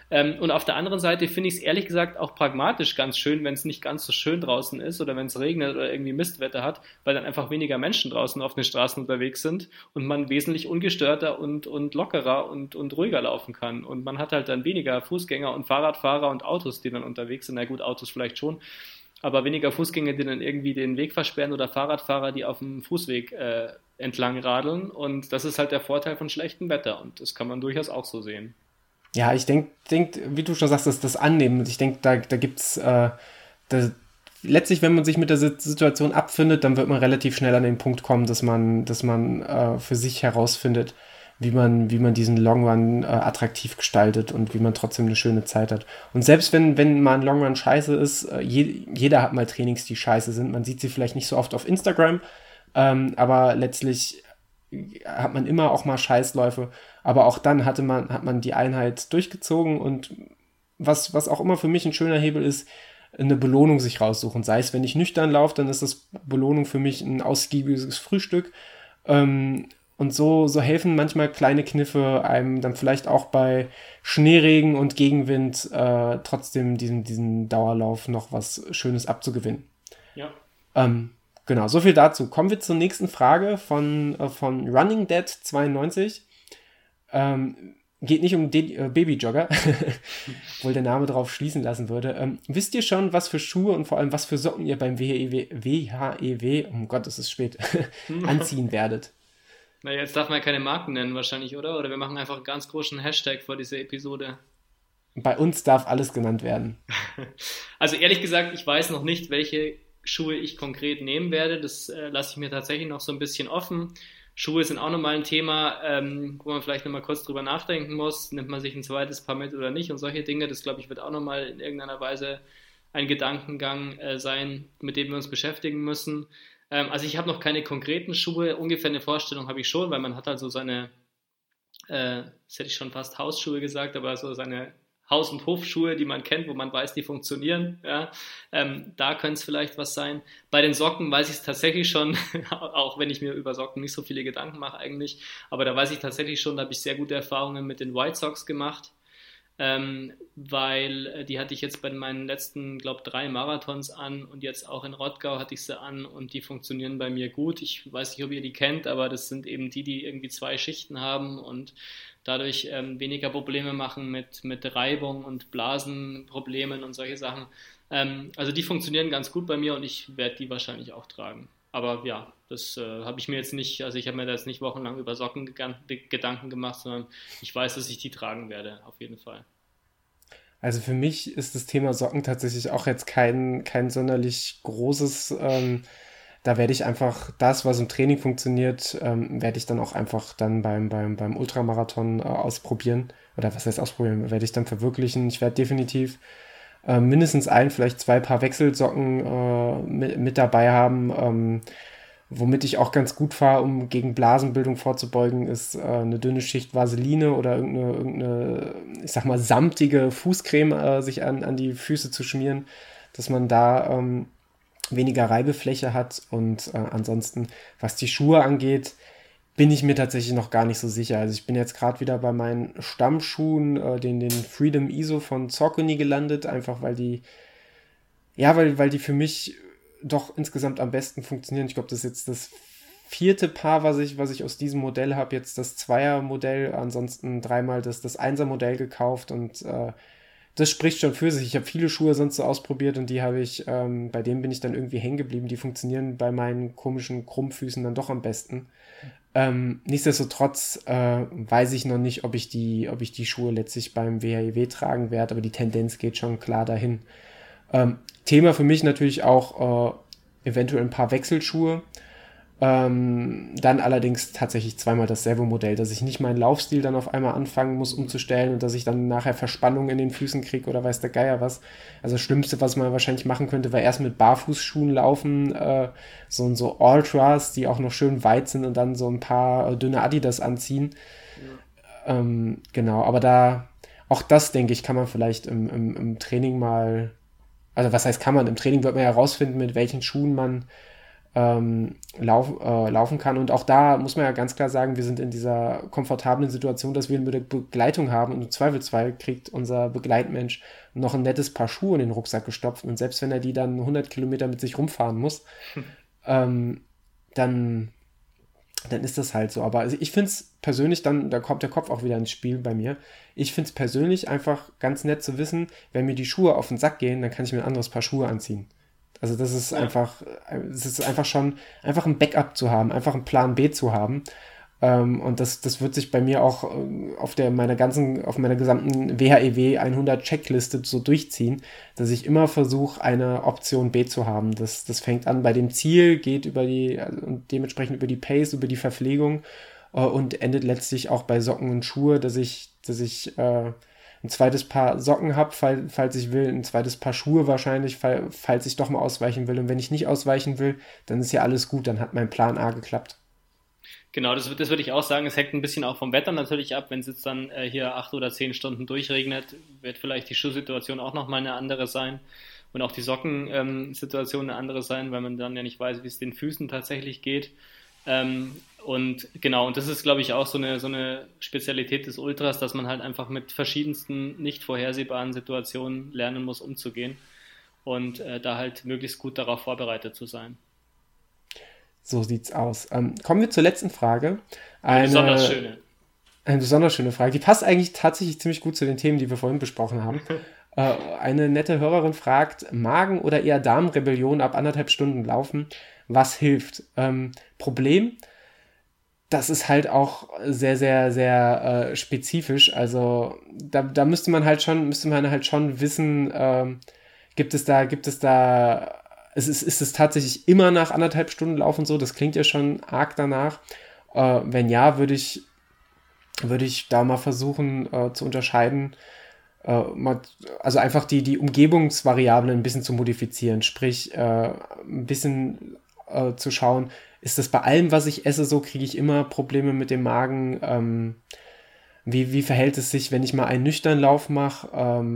Und auf der anderen Seite finde ich es ehrlich gesagt auch pragmatisch ganz schön, wenn es nicht ganz so schön draußen ist oder wenn es regnet oder irgendwie Mistwetter hat, weil dann einfach weniger Menschen draußen auf den Straßen unterwegs sind und man wesentlich ungestörter und lockerer und ruhiger laufen kann. Und man hat halt dann weniger Fußgänger und Fahrradfahrer und Autos, die dann unterwegs sind. Na gut, Autos vielleicht schon, aber weniger Fußgänger, die dann irgendwie den Weg versperren oder Fahrradfahrer, die auf dem Fußweg entlang radeln. Und das ist halt der Vorteil von schlechtem Wetter und das kann man durchaus auch so sehen. Ja, ich denke, wie du schon sagst, das Annehmen. Ich denke, da gibt es, letztlich, wenn man sich mit der Situation abfindet, dann wird man relativ schnell an den Punkt kommen, dass man für sich herausfindet, wie man diesen Long Run attraktiv gestaltet und wie man trotzdem eine schöne Zeit hat. Und selbst wenn mal ein Long Run scheiße ist, jeder hat mal Trainings, die scheiße sind. Man sieht sie vielleicht nicht so oft auf Instagram, aber letztlich hat man immer auch mal Scheißläufe. Aber auch dann hat man die Einheit durchgezogen und was auch immer für mich ein schöner Hebel ist, eine Belohnung sich raussuchen. Sei es, wenn ich nüchtern laufe, dann ist das Belohnung für mich ein ausgiebiges Frühstück. Und so helfen manchmal kleine Kniffe einem dann vielleicht auch bei Schneeregen und Gegenwind trotzdem diesen Dauerlauf noch was Schönes abzugewinnen. Ja. Genau, so viel dazu. Kommen wir zur nächsten Frage von Running Dead 92. Geht nicht um Babyjogger, obwohl der Name darauf schließen lassen würde. Wisst ihr schon, was für Schuhe und vor allem was für Socken ihr beim WHEW, oh Gott, es ist spät, anziehen werdet? Na, jetzt darf man ja keine Marken nennen wahrscheinlich, oder? Oder wir machen einfach einen ganz großen Hashtag vor dieser Episode. Bei uns darf alles genannt werden. Also ehrlich gesagt, ich weiß noch nicht, welche Schuhe ich konkret nehmen werde. Das lasse ich mir tatsächlich noch so ein bisschen offen. Schuhe sind auch nochmal ein Thema, wo man vielleicht nochmal kurz drüber nachdenken muss. Nimmt man sich ein zweites Paar mit oder nicht und solche Dinge. Das, glaube ich, wird auch nochmal in irgendeiner Weise ein Gedankengang sein, mit dem wir uns beschäftigen müssen. Also ich habe noch keine konkreten Schuhe. Ungefähr eine Vorstellung habe ich schon, weil man hat halt so seine, das hätte ich schon fast Hausschuhe gesagt, aber so seine Haus- und Hofschuhe, die man kennt, wo man weiß, die funktionieren. Ja. Da könnte es vielleicht was sein. Bei den Socken weiß ich es tatsächlich schon, auch wenn ich mir über Socken nicht so viele Gedanken mache eigentlich, aber da weiß ich tatsächlich schon, da habe ich sehr gute Erfahrungen mit den White Sox gemacht, weil die hatte ich jetzt bei meinen letzten, glaube 3 Marathons an und jetzt auch in Rottgau hatte ich sie an und die funktionieren bei mir gut. Ich weiß nicht, ob ihr die kennt, aber das sind eben die irgendwie 2 Schichten haben und dadurch weniger Probleme machen mit Reibung und Blasenproblemen und solche Sachen. Also die funktionieren ganz gut bei mir und ich werde die wahrscheinlich auch tragen. Aber ja, das habe ich mir jetzt nicht, also ich habe mir da jetzt nicht wochenlang über Socken Gedanken gemacht, sondern ich weiß, dass ich die tragen werde, auf jeden Fall. Also für mich ist das Thema Socken tatsächlich auch jetzt kein sonderlich großes, da werde ich einfach das, was im Training funktioniert, werde ich dann auch einfach dann beim Ultramarathon ausprobieren. Oder was heißt ausprobieren? Werde ich dann verwirklichen. Ich werde definitiv mindestens vielleicht 2 Paar Wechselsocken mit dabei haben. Womit ich auch ganz gut fahre, um gegen Blasenbildung vorzubeugen, ist eine dünne Schicht Vaseline oder irgendeine, ich sag mal, samtige Fußcreme sich an die Füße zu schmieren, dass man da weniger Reibefläche hat. Und ansonsten, was die Schuhe angeht, bin ich mir tatsächlich noch gar nicht so sicher. Also ich bin jetzt gerade wieder bei meinen Stammschuhen, den Freedom ISO von Saucony gelandet, einfach weil die für mich doch insgesamt am besten funktionieren. Ich glaube, das ist jetzt das 4. Paar, was ich aus diesem Modell habe. Jetzt das 2er-Modell, ansonsten 3-mal das 1er-Modell gekauft und das spricht schon für sich. Ich habe viele Schuhe sonst so ausprobiert und die habe ich, bei denen bin ich dann irgendwie hängen geblieben. Die funktionieren bei meinen komischen Krummfüßen dann doch am besten. Nichtsdestotrotz weiß ich noch nicht, ob ich die Schuhe letztlich beim WHEW tragen werde, aber die Tendenz geht schon klar dahin. Thema für mich natürlich auch eventuell ein paar Wechselschuhe. Dann allerdings tatsächlich 2-mal dasselbe Modell, dass ich nicht meinen Laufstil dann auf einmal anfangen muss umzustellen und dass ich dann nachher Verspannungen in den Füßen kriege oder weiß der Geier was. Also das Schlimmste, was man wahrscheinlich machen könnte, war erst mit Barfußschuhen laufen, so Ultras, die auch noch schön weit sind und dann so ein paar dünne Adidas anziehen. Ja. Genau, aber auch das, denke ich, kann man vielleicht im Training mal, also was heißt kann man, im Training wird man ja herausfinden, mit welchen Schuhen man laufen kann. Und auch da muss man ja ganz klar sagen, wir sind in dieser komfortablen Situation, dass wir eine Begleitung haben, und im Zweifelsfall kriegt unser Begleitmensch noch ein nettes Paar Schuhe in den Rucksack gestopft, und selbst wenn er die dann 100 Kilometer mit sich rumfahren muss, dann ist das halt so. Aber also ich finde es persönlich, da kommt der Kopf auch wieder ins Spiel bei mir. Ich finde es persönlich einfach ganz nett zu wissen, wenn mir die Schuhe auf den Sack gehen, dann kann ich mir ein anderes Paar Schuhe anziehen. Also das ist einfach schon, einfach ein Backup zu haben, einfach einen Plan B zu haben. Und das wird sich bei mir auch auf meiner gesamten WHEW 100 Checkliste so durchziehen, dass ich immer versuche, eine Option B zu haben. Das fängt an bei dem Ziel, geht und dementsprechend über die Pace, über die Verpflegung, und endet letztlich auch bei Socken und Schuhe, dass ich ein zweites Paar Socken habe, falls ich will, ein zweites Paar Schuhe wahrscheinlich, falls ich doch mal ausweichen will. Und wenn ich nicht ausweichen will, dann ist ja alles gut, dann hat mein Plan A geklappt. Genau, das würde ich auch sagen. Es hängt ein bisschen auch vom Wetter natürlich ab. Wenn es jetzt dann hier 8 oder 10 Stunden durchregnet, wird vielleicht die Schuhsituation auch nochmal eine andere sein und auch die Sockensituation eine andere sein, weil man dann ja nicht weiß, wie es den Füßen tatsächlich geht. Und genau, und das ist, glaube ich, auch so eine Spezialität des Ultras, dass man halt einfach mit verschiedensten nicht vorhersehbaren Situationen lernen muss, umzugehen und da halt möglichst gut darauf vorbereitet zu sein. So sieht's aus. Kommen wir zur letzten Frage. Eine besonders schöne Frage. Die passt eigentlich tatsächlich ziemlich gut zu den Themen, die wir vorhin besprochen haben. Eine nette Hörerin fragt: Magen- oder eher Darmrebellion ab 1,5 Stunden Laufen? Was hilft? Problem: das ist halt auch sehr, sehr, sehr spezifisch. Also da müsste man halt schon wissen, gibt es da, ist es tatsächlich immer nach 1,5 Stunden Laufen so? Das klingt ja schon arg danach. Wenn ja, würde ich da mal versuchen zu unterscheiden, also einfach die Umgebungsvariablen ein bisschen zu modifizieren, sprich ein bisschen zu schauen, ist das bei allem, was ich esse, so, kriege ich immer Probleme mit dem Magen? Wie verhält es sich, wenn ich mal einen nüchternen Lauf mache?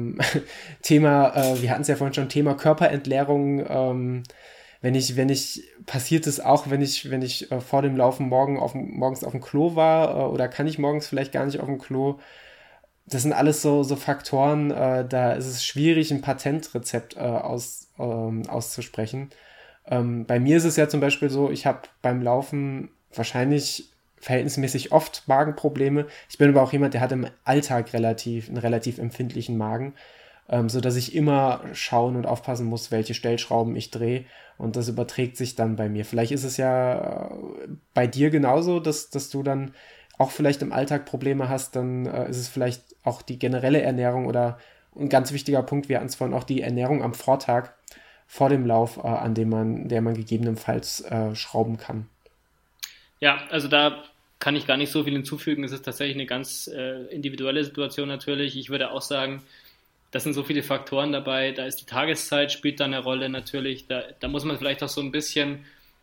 Wir hatten es ja vorhin schon, Thema Körperentleerung. Passiert es auch, wenn ich vor dem Laufen morgens auf dem Klo war, oder kann ich morgens vielleicht gar nicht auf dem Klo? Das sind alles so Faktoren, da ist es schwierig, ein Patentrezept auszusprechen. Bei mir ist es ja zum Beispiel so, ich habe beim Laufen wahrscheinlich verhältnismäßig oft Magenprobleme. Ich bin aber auch jemand, der hat im Alltag einen relativ empfindlichen Magen, sodass ich immer schauen und aufpassen muss, welche Stellschrauben ich drehe, und das überträgt sich dann bei mir. Vielleicht ist es ja bei dir genauso, dass du dann auch vielleicht im Alltag Probleme hast, dann ist es vielleicht auch die generelle Ernährung, oder ein ganz wichtiger Punkt, wir hatten es vorhin, auch die Ernährung am Vortag vor dem Lauf, an der man gegebenenfalls schrauben kann. Ja, also da kann ich gar nicht so viel hinzufügen. Es ist tatsächlich eine ganz individuelle Situation natürlich. Ich würde auch sagen, das sind so viele Faktoren dabei. Da ist die Tageszeit, spielt da eine Rolle natürlich. Da muss man vielleicht auch so ein bisschen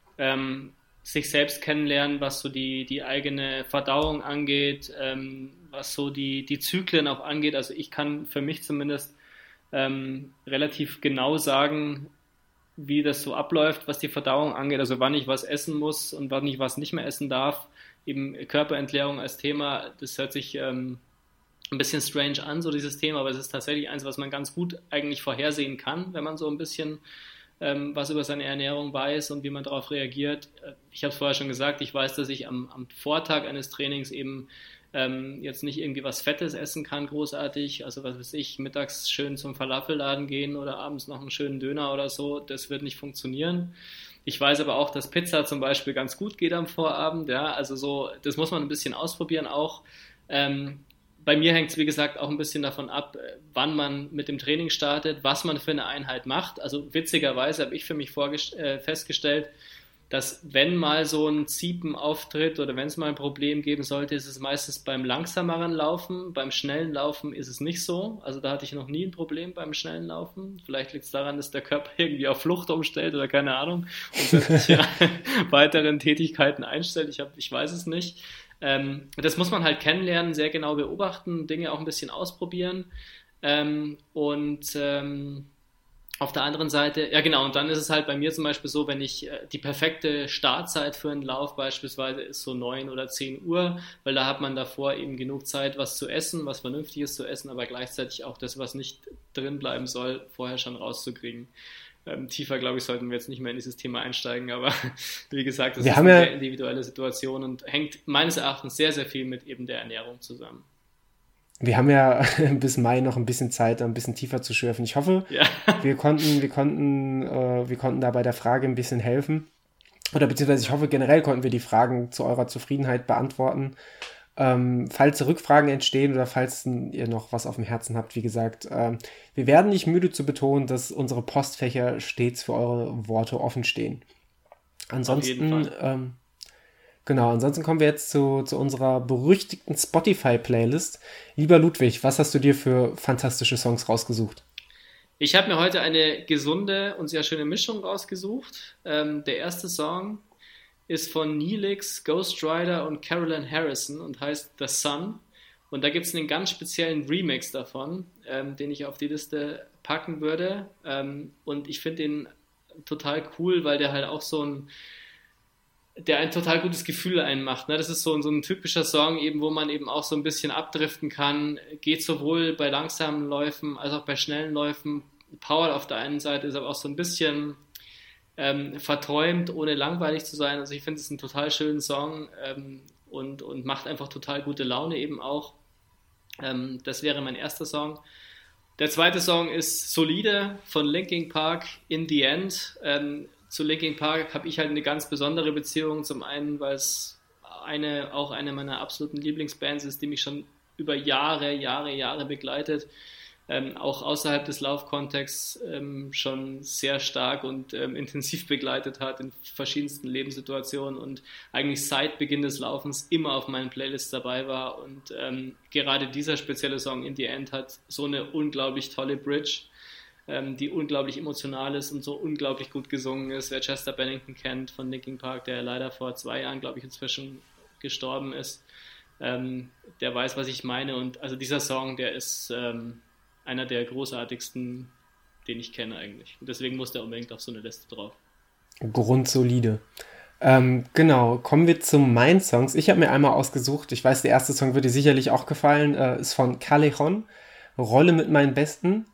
sich selbst kennenlernen, was so die eigene Verdauung angeht, was so die Zyklen auch angeht. Also ich kann für mich zumindest relativ genau sagen, wie das so abläuft, was die Verdauung angeht, also wann ich was essen muss und wann ich was nicht mehr essen darf. Eben Körperentleerung als Thema, das hört sich ein bisschen strange an, so dieses Thema, aber es ist tatsächlich eins, was man ganz gut eigentlich vorhersehen kann, wenn man so ein bisschen was über seine Ernährung weiß und wie man darauf reagiert. Ich habe es vorher schon gesagt, ich weiß, dass ich am Vortag eines Trainings eben jetzt nicht irgendwie was Fettes essen kann, großartig, also was weiß ich, mittags schön zum Falafelladen gehen oder abends noch einen schönen Döner oder so, das wird nicht funktionieren. Ich weiß aber auch, dass Pizza zum Beispiel ganz gut geht am Vorabend, ja, also so, das muss man ein bisschen ausprobieren auch. Bei mir hängt es, wie gesagt, auch ein bisschen davon ab, wann man mit dem Training startet, was man für eine Einheit macht. Also witzigerweise habe ich für mich festgestellt, dass wenn mal so ein Ziepen auftritt oder wenn es mal ein Problem geben sollte, ist es meistens beim langsameren Laufen. Beim schnellen Laufen ist es nicht so. Also da hatte ich noch nie ein Problem beim schnellen Laufen. Vielleicht liegt es daran, dass der Körper irgendwie auf Flucht umstellt oder keine Ahnung und sich weiteren Tätigkeiten einstellt. Ich weiß es nicht. Das muss man halt kennenlernen, sehr genau beobachten, Dinge auch ein bisschen ausprobieren. Auf der anderen Seite, ja genau, und dann ist es halt bei mir zum Beispiel so, wenn ich die perfekte Startzeit für einen Lauf beispielsweise ist so 9 oder 10 Uhr, weil da hat man davor eben genug Zeit, was zu essen, was Vernünftiges zu essen, aber gleichzeitig auch das, was nicht drin bleiben soll, vorher schon rauszukriegen. Tiefer, glaube ich, sollten wir jetzt nicht mehr in dieses Thema einsteigen, aber wie gesagt, das ist eine sehr individuelle Situation und hängt meines Erachtens sehr, sehr viel mit eben der Ernährung zusammen. Wir haben ja bis Mai noch ein bisschen Zeit, ein bisschen tiefer zu schürfen. Ich hoffe, Ja. wir konnten da bei der Frage ein bisschen helfen. Oder beziehungsweise ich hoffe, generell konnten wir die Fragen zu eurer Zufriedenheit beantworten. Falls Rückfragen entstehen oder falls ihr noch was auf dem Herzen habt, wie gesagt, wir werden nicht müde zu betonen, dass unsere Postfächer stets für eure Worte offen stehen. Ansonsten, genau, ansonsten kommen wir jetzt zu unserer berüchtigten Spotify-Playlist. Lieber Ludwig, was hast du dir für fantastische Songs rausgesucht? Ich habe mir heute eine gesunde und sehr schöne Mischung rausgesucht. Der erste Song ist von Neelix, Ghost Rider und Carolyn Harrison und heißt The Sun. Und da gibt es einen ganz speziellen Remix davon, den ich auf die Liste packen würde. Und ich finde den total cool, weil der halt auch der ein total gutes Gefühl einmacht. Ne? Das ist so ein typischer Song, eben, wo man eben auch so ein bisschen abdriften kann. Geht sowohl bei langsamen Läufen als auch bei schnellen Läufen. Power auf der einen Seite ist aber auch so ein bisschen verträumt, ohne langweilig zu sein. Also ich finde es einen total schönen Song und macht einfach total gute Laune eben auch. Das wäre mein erster Song. Der zweite Song ist Solide von Linkin Park, In the End. Zu Linkin Park habe ich halt eine ganz besondere Beziehung. Zum einen, weil es auch eine meiner absoluten Lieblingsbands ist, die mich schon über Jahre begleitet. Auch außerhalb des Laufkontexts schon sehr stark und intensiv begleitet hat in verschiedensten Lebenssituationen und eigentlich seit Beginn des Laufens immer auf meinen Playlists dabei war. Und gerade dieser spezielle Song In the End hat so eine unglaublich tolle Bridge, die unglaublich emotional ist und so unglaublich gut gesungen ist. Wer Chester Bennington kennt von Linkin Park, der leider vor 2 Jahren, glaube ich, inzwischen gestorben ist, der weiß, was ich meine. Und also dieser Song, der ist einer der großartigsten, den ich kenne eigentlich. Und deswegen muss der unbedingt auf so eine Liste drauf. Grundsolide. Genau, kommen wir zu meinen Songs. Ich habe mir einmal ausgesucht, ich weiß, der erste Song wird dir sicherlich auch gefallen, ist von Callejon, Rolle mit meinen Besten.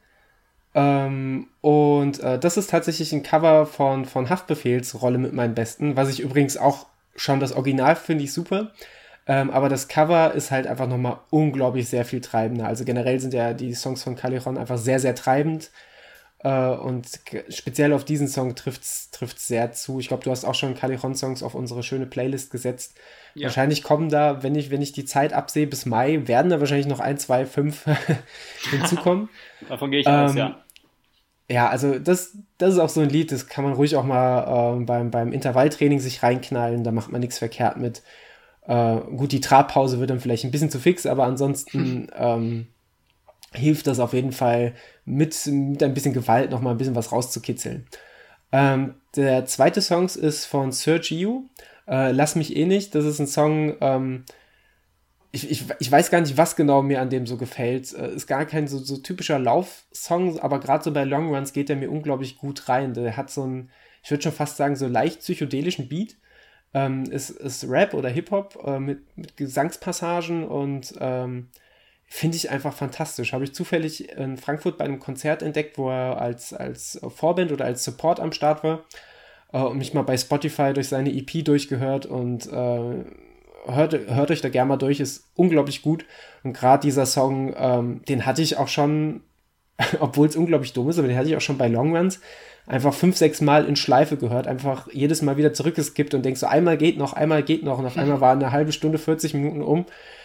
Das ist tatsächlich ein Cover von Haftbefehls Rolle mit meinen Besten, was ich übrigens auch schon das Original finde ich super. Aber das Cover ist halt einfach nochmal unglaublich sehr viel treibender. Also generell sind ja die Songs von Callejon einfach sehr, sehr treibend. Und speziell auf diesen Song trifft's sehr zu. Ich glaube, du hast auch schon Callejon-Songs auf unsere schöne Playlist gesetzt. Ja. Wahrscheinlich kommen da, wenn ich die Zeit absehe, bis Mai, werden da wahrscheinlich noch 1, 2, 5 hinzukommen. Davon gehe ich aus, ja. Ja, also das ist auch so ein Lied, das kann man ruhig auch mal beim Intervalltraining sich reinknallen. Da macht man nichts verkehrt mit. Gut, die Trabpause wird dann vielleicht ein bisschen zu fix, aber ansonsten hilft das auf jeden Fall mit ein bisschen Gewalt noch mal ein bisschen was rauszukitzeln. Der zweite Song ist von Sergio, Lass mich eh nicht. Das ist ein Song, ich weiß gar nicht, was genau mir an dem so gefällt. Ist gar kein so typischer Laufsong, aber gerade so bei Longruns geht der mir unglaublich gut rein. Der hat so einen, ich würde schon fast sagen, so leicht psychedelischen Beat. Ist Rap oder Hip-Hop mit Gesangspassagen und finde ich einfach fantastisch. Habe ich zufällig in Frankfurt bei einem Konzert entdeckt, wo er als Vorband oder als Support am Start war und mich mal bei Spotify durch seine EP durchgehört und hört euch da gerne mal durch, ist unglaublich gut. Und gerade dieser Song, den hatte ich auch schon, obwohl es unglaublich dumm ist, aber den hatte ich auch schon bei Longruns einfach 5, 6 Mal in Schleife gehört, einfach jedes Mal wieder zurückgeskippt und denkst so, einmal geht noch und auf einmal war eine halbe Stunde, 40 Minuten um.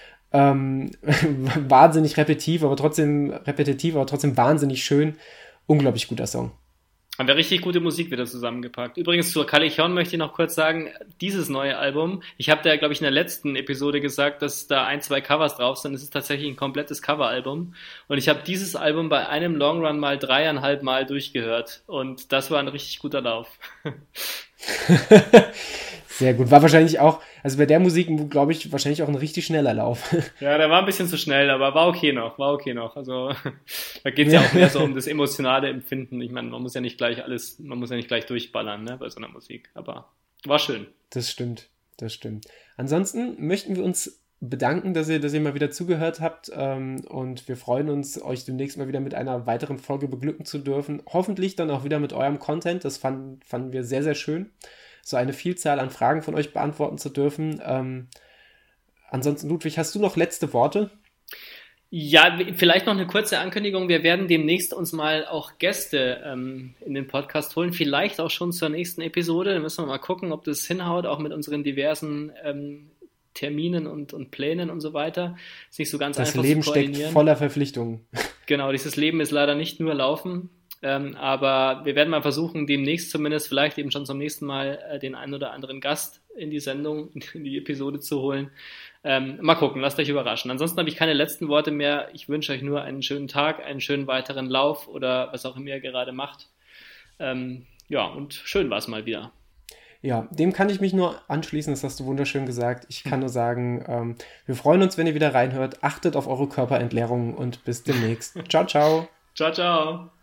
Wahnsinnig repetitiv, aber trotzdem wahnsinnig schön. Unglaublich guter Song. Haben wir richtig gute Musik wieder zusammengepackt. Übrigens zur Callejon möchte ich noch kurz sagen, dieses neue Album, ich habe da, glaube ich, in der letzten Episode gesagt, dass da 1, 2 Covers drauf sind. Es ist tatsächlich ein komplettes Coveralbum. Und ich habe dieses Album bei einem Longrun mal 3,5 Mal durchgehört. Und das war ein richtig guter Lauf. Sehr gut. War wahrscheinlich auch, also bei der Musik, glaube ich, wahrscheinlich auch ein richtig schneller Lauf. Ja, der war ein bisschen zu schnell, aber war okay noch. Also da geht es ja auch mehr so um das emotionale Empfinden. Ich meine, man muss ja nicht gleich durchballern, ne, bei so einer Musik. Aber war schön. Das stimmt. Ansonsten möchten wir uns bedanken, dass ihr mal wieder zugehört habt, und wir freuen uns, euch demnächst mal wieder mit einer weiteren Folge beglücken zu dürfen. Hoffentlich dann auch wieder mit eurem Content. Das fanden wir sehr, sehr schön, so eine Vielzahl an Fragen von euch beantworten zu dürfen. Ansonsten, Ludwig, hast du noch letzte Worte? Ja, vielleicht noch eine kurze Ankündigung. Wir werden demnächst uns mal auch Gäste in den Podcast holen. Vielleicht auch schon zur nächsten Episode. Da müssen wir mal gucken, ob das hinhaut, auch mit unseren diversen Terminen und Plänen und so weiter. Ist nicht so ganz einfach zu koordinieren. Das Leben steckt voller Verpflichtungen. Genau, dieses Leben ist leider nicht nur Laufen. Aber wir werden mal versuchen, demnächst zumindest, vielleicht eben schon zum nächsten Mal, den einen oder anderen Gast in die Sendung, in die Episode zu holen. Mal gucken, lasst euch überraschen. Ansonsten habe ich keine letzten Worte mehr. Ich wünsche euch nur einen schönen Tag, einen schönen weiteren Lauf oder was auch immer ihr gerade macht. Ja, und schön war es mal wieder. Ja, dem kann ich mich nur anschließen, das hast du wunderschön gesagt. Ich kann nur sagen, wir freuen uns, wenn ihr wieder reinhört. Achtet auf eure Körperentleerung und bis demnächst. Ciao, ciao. Ciao, ciao.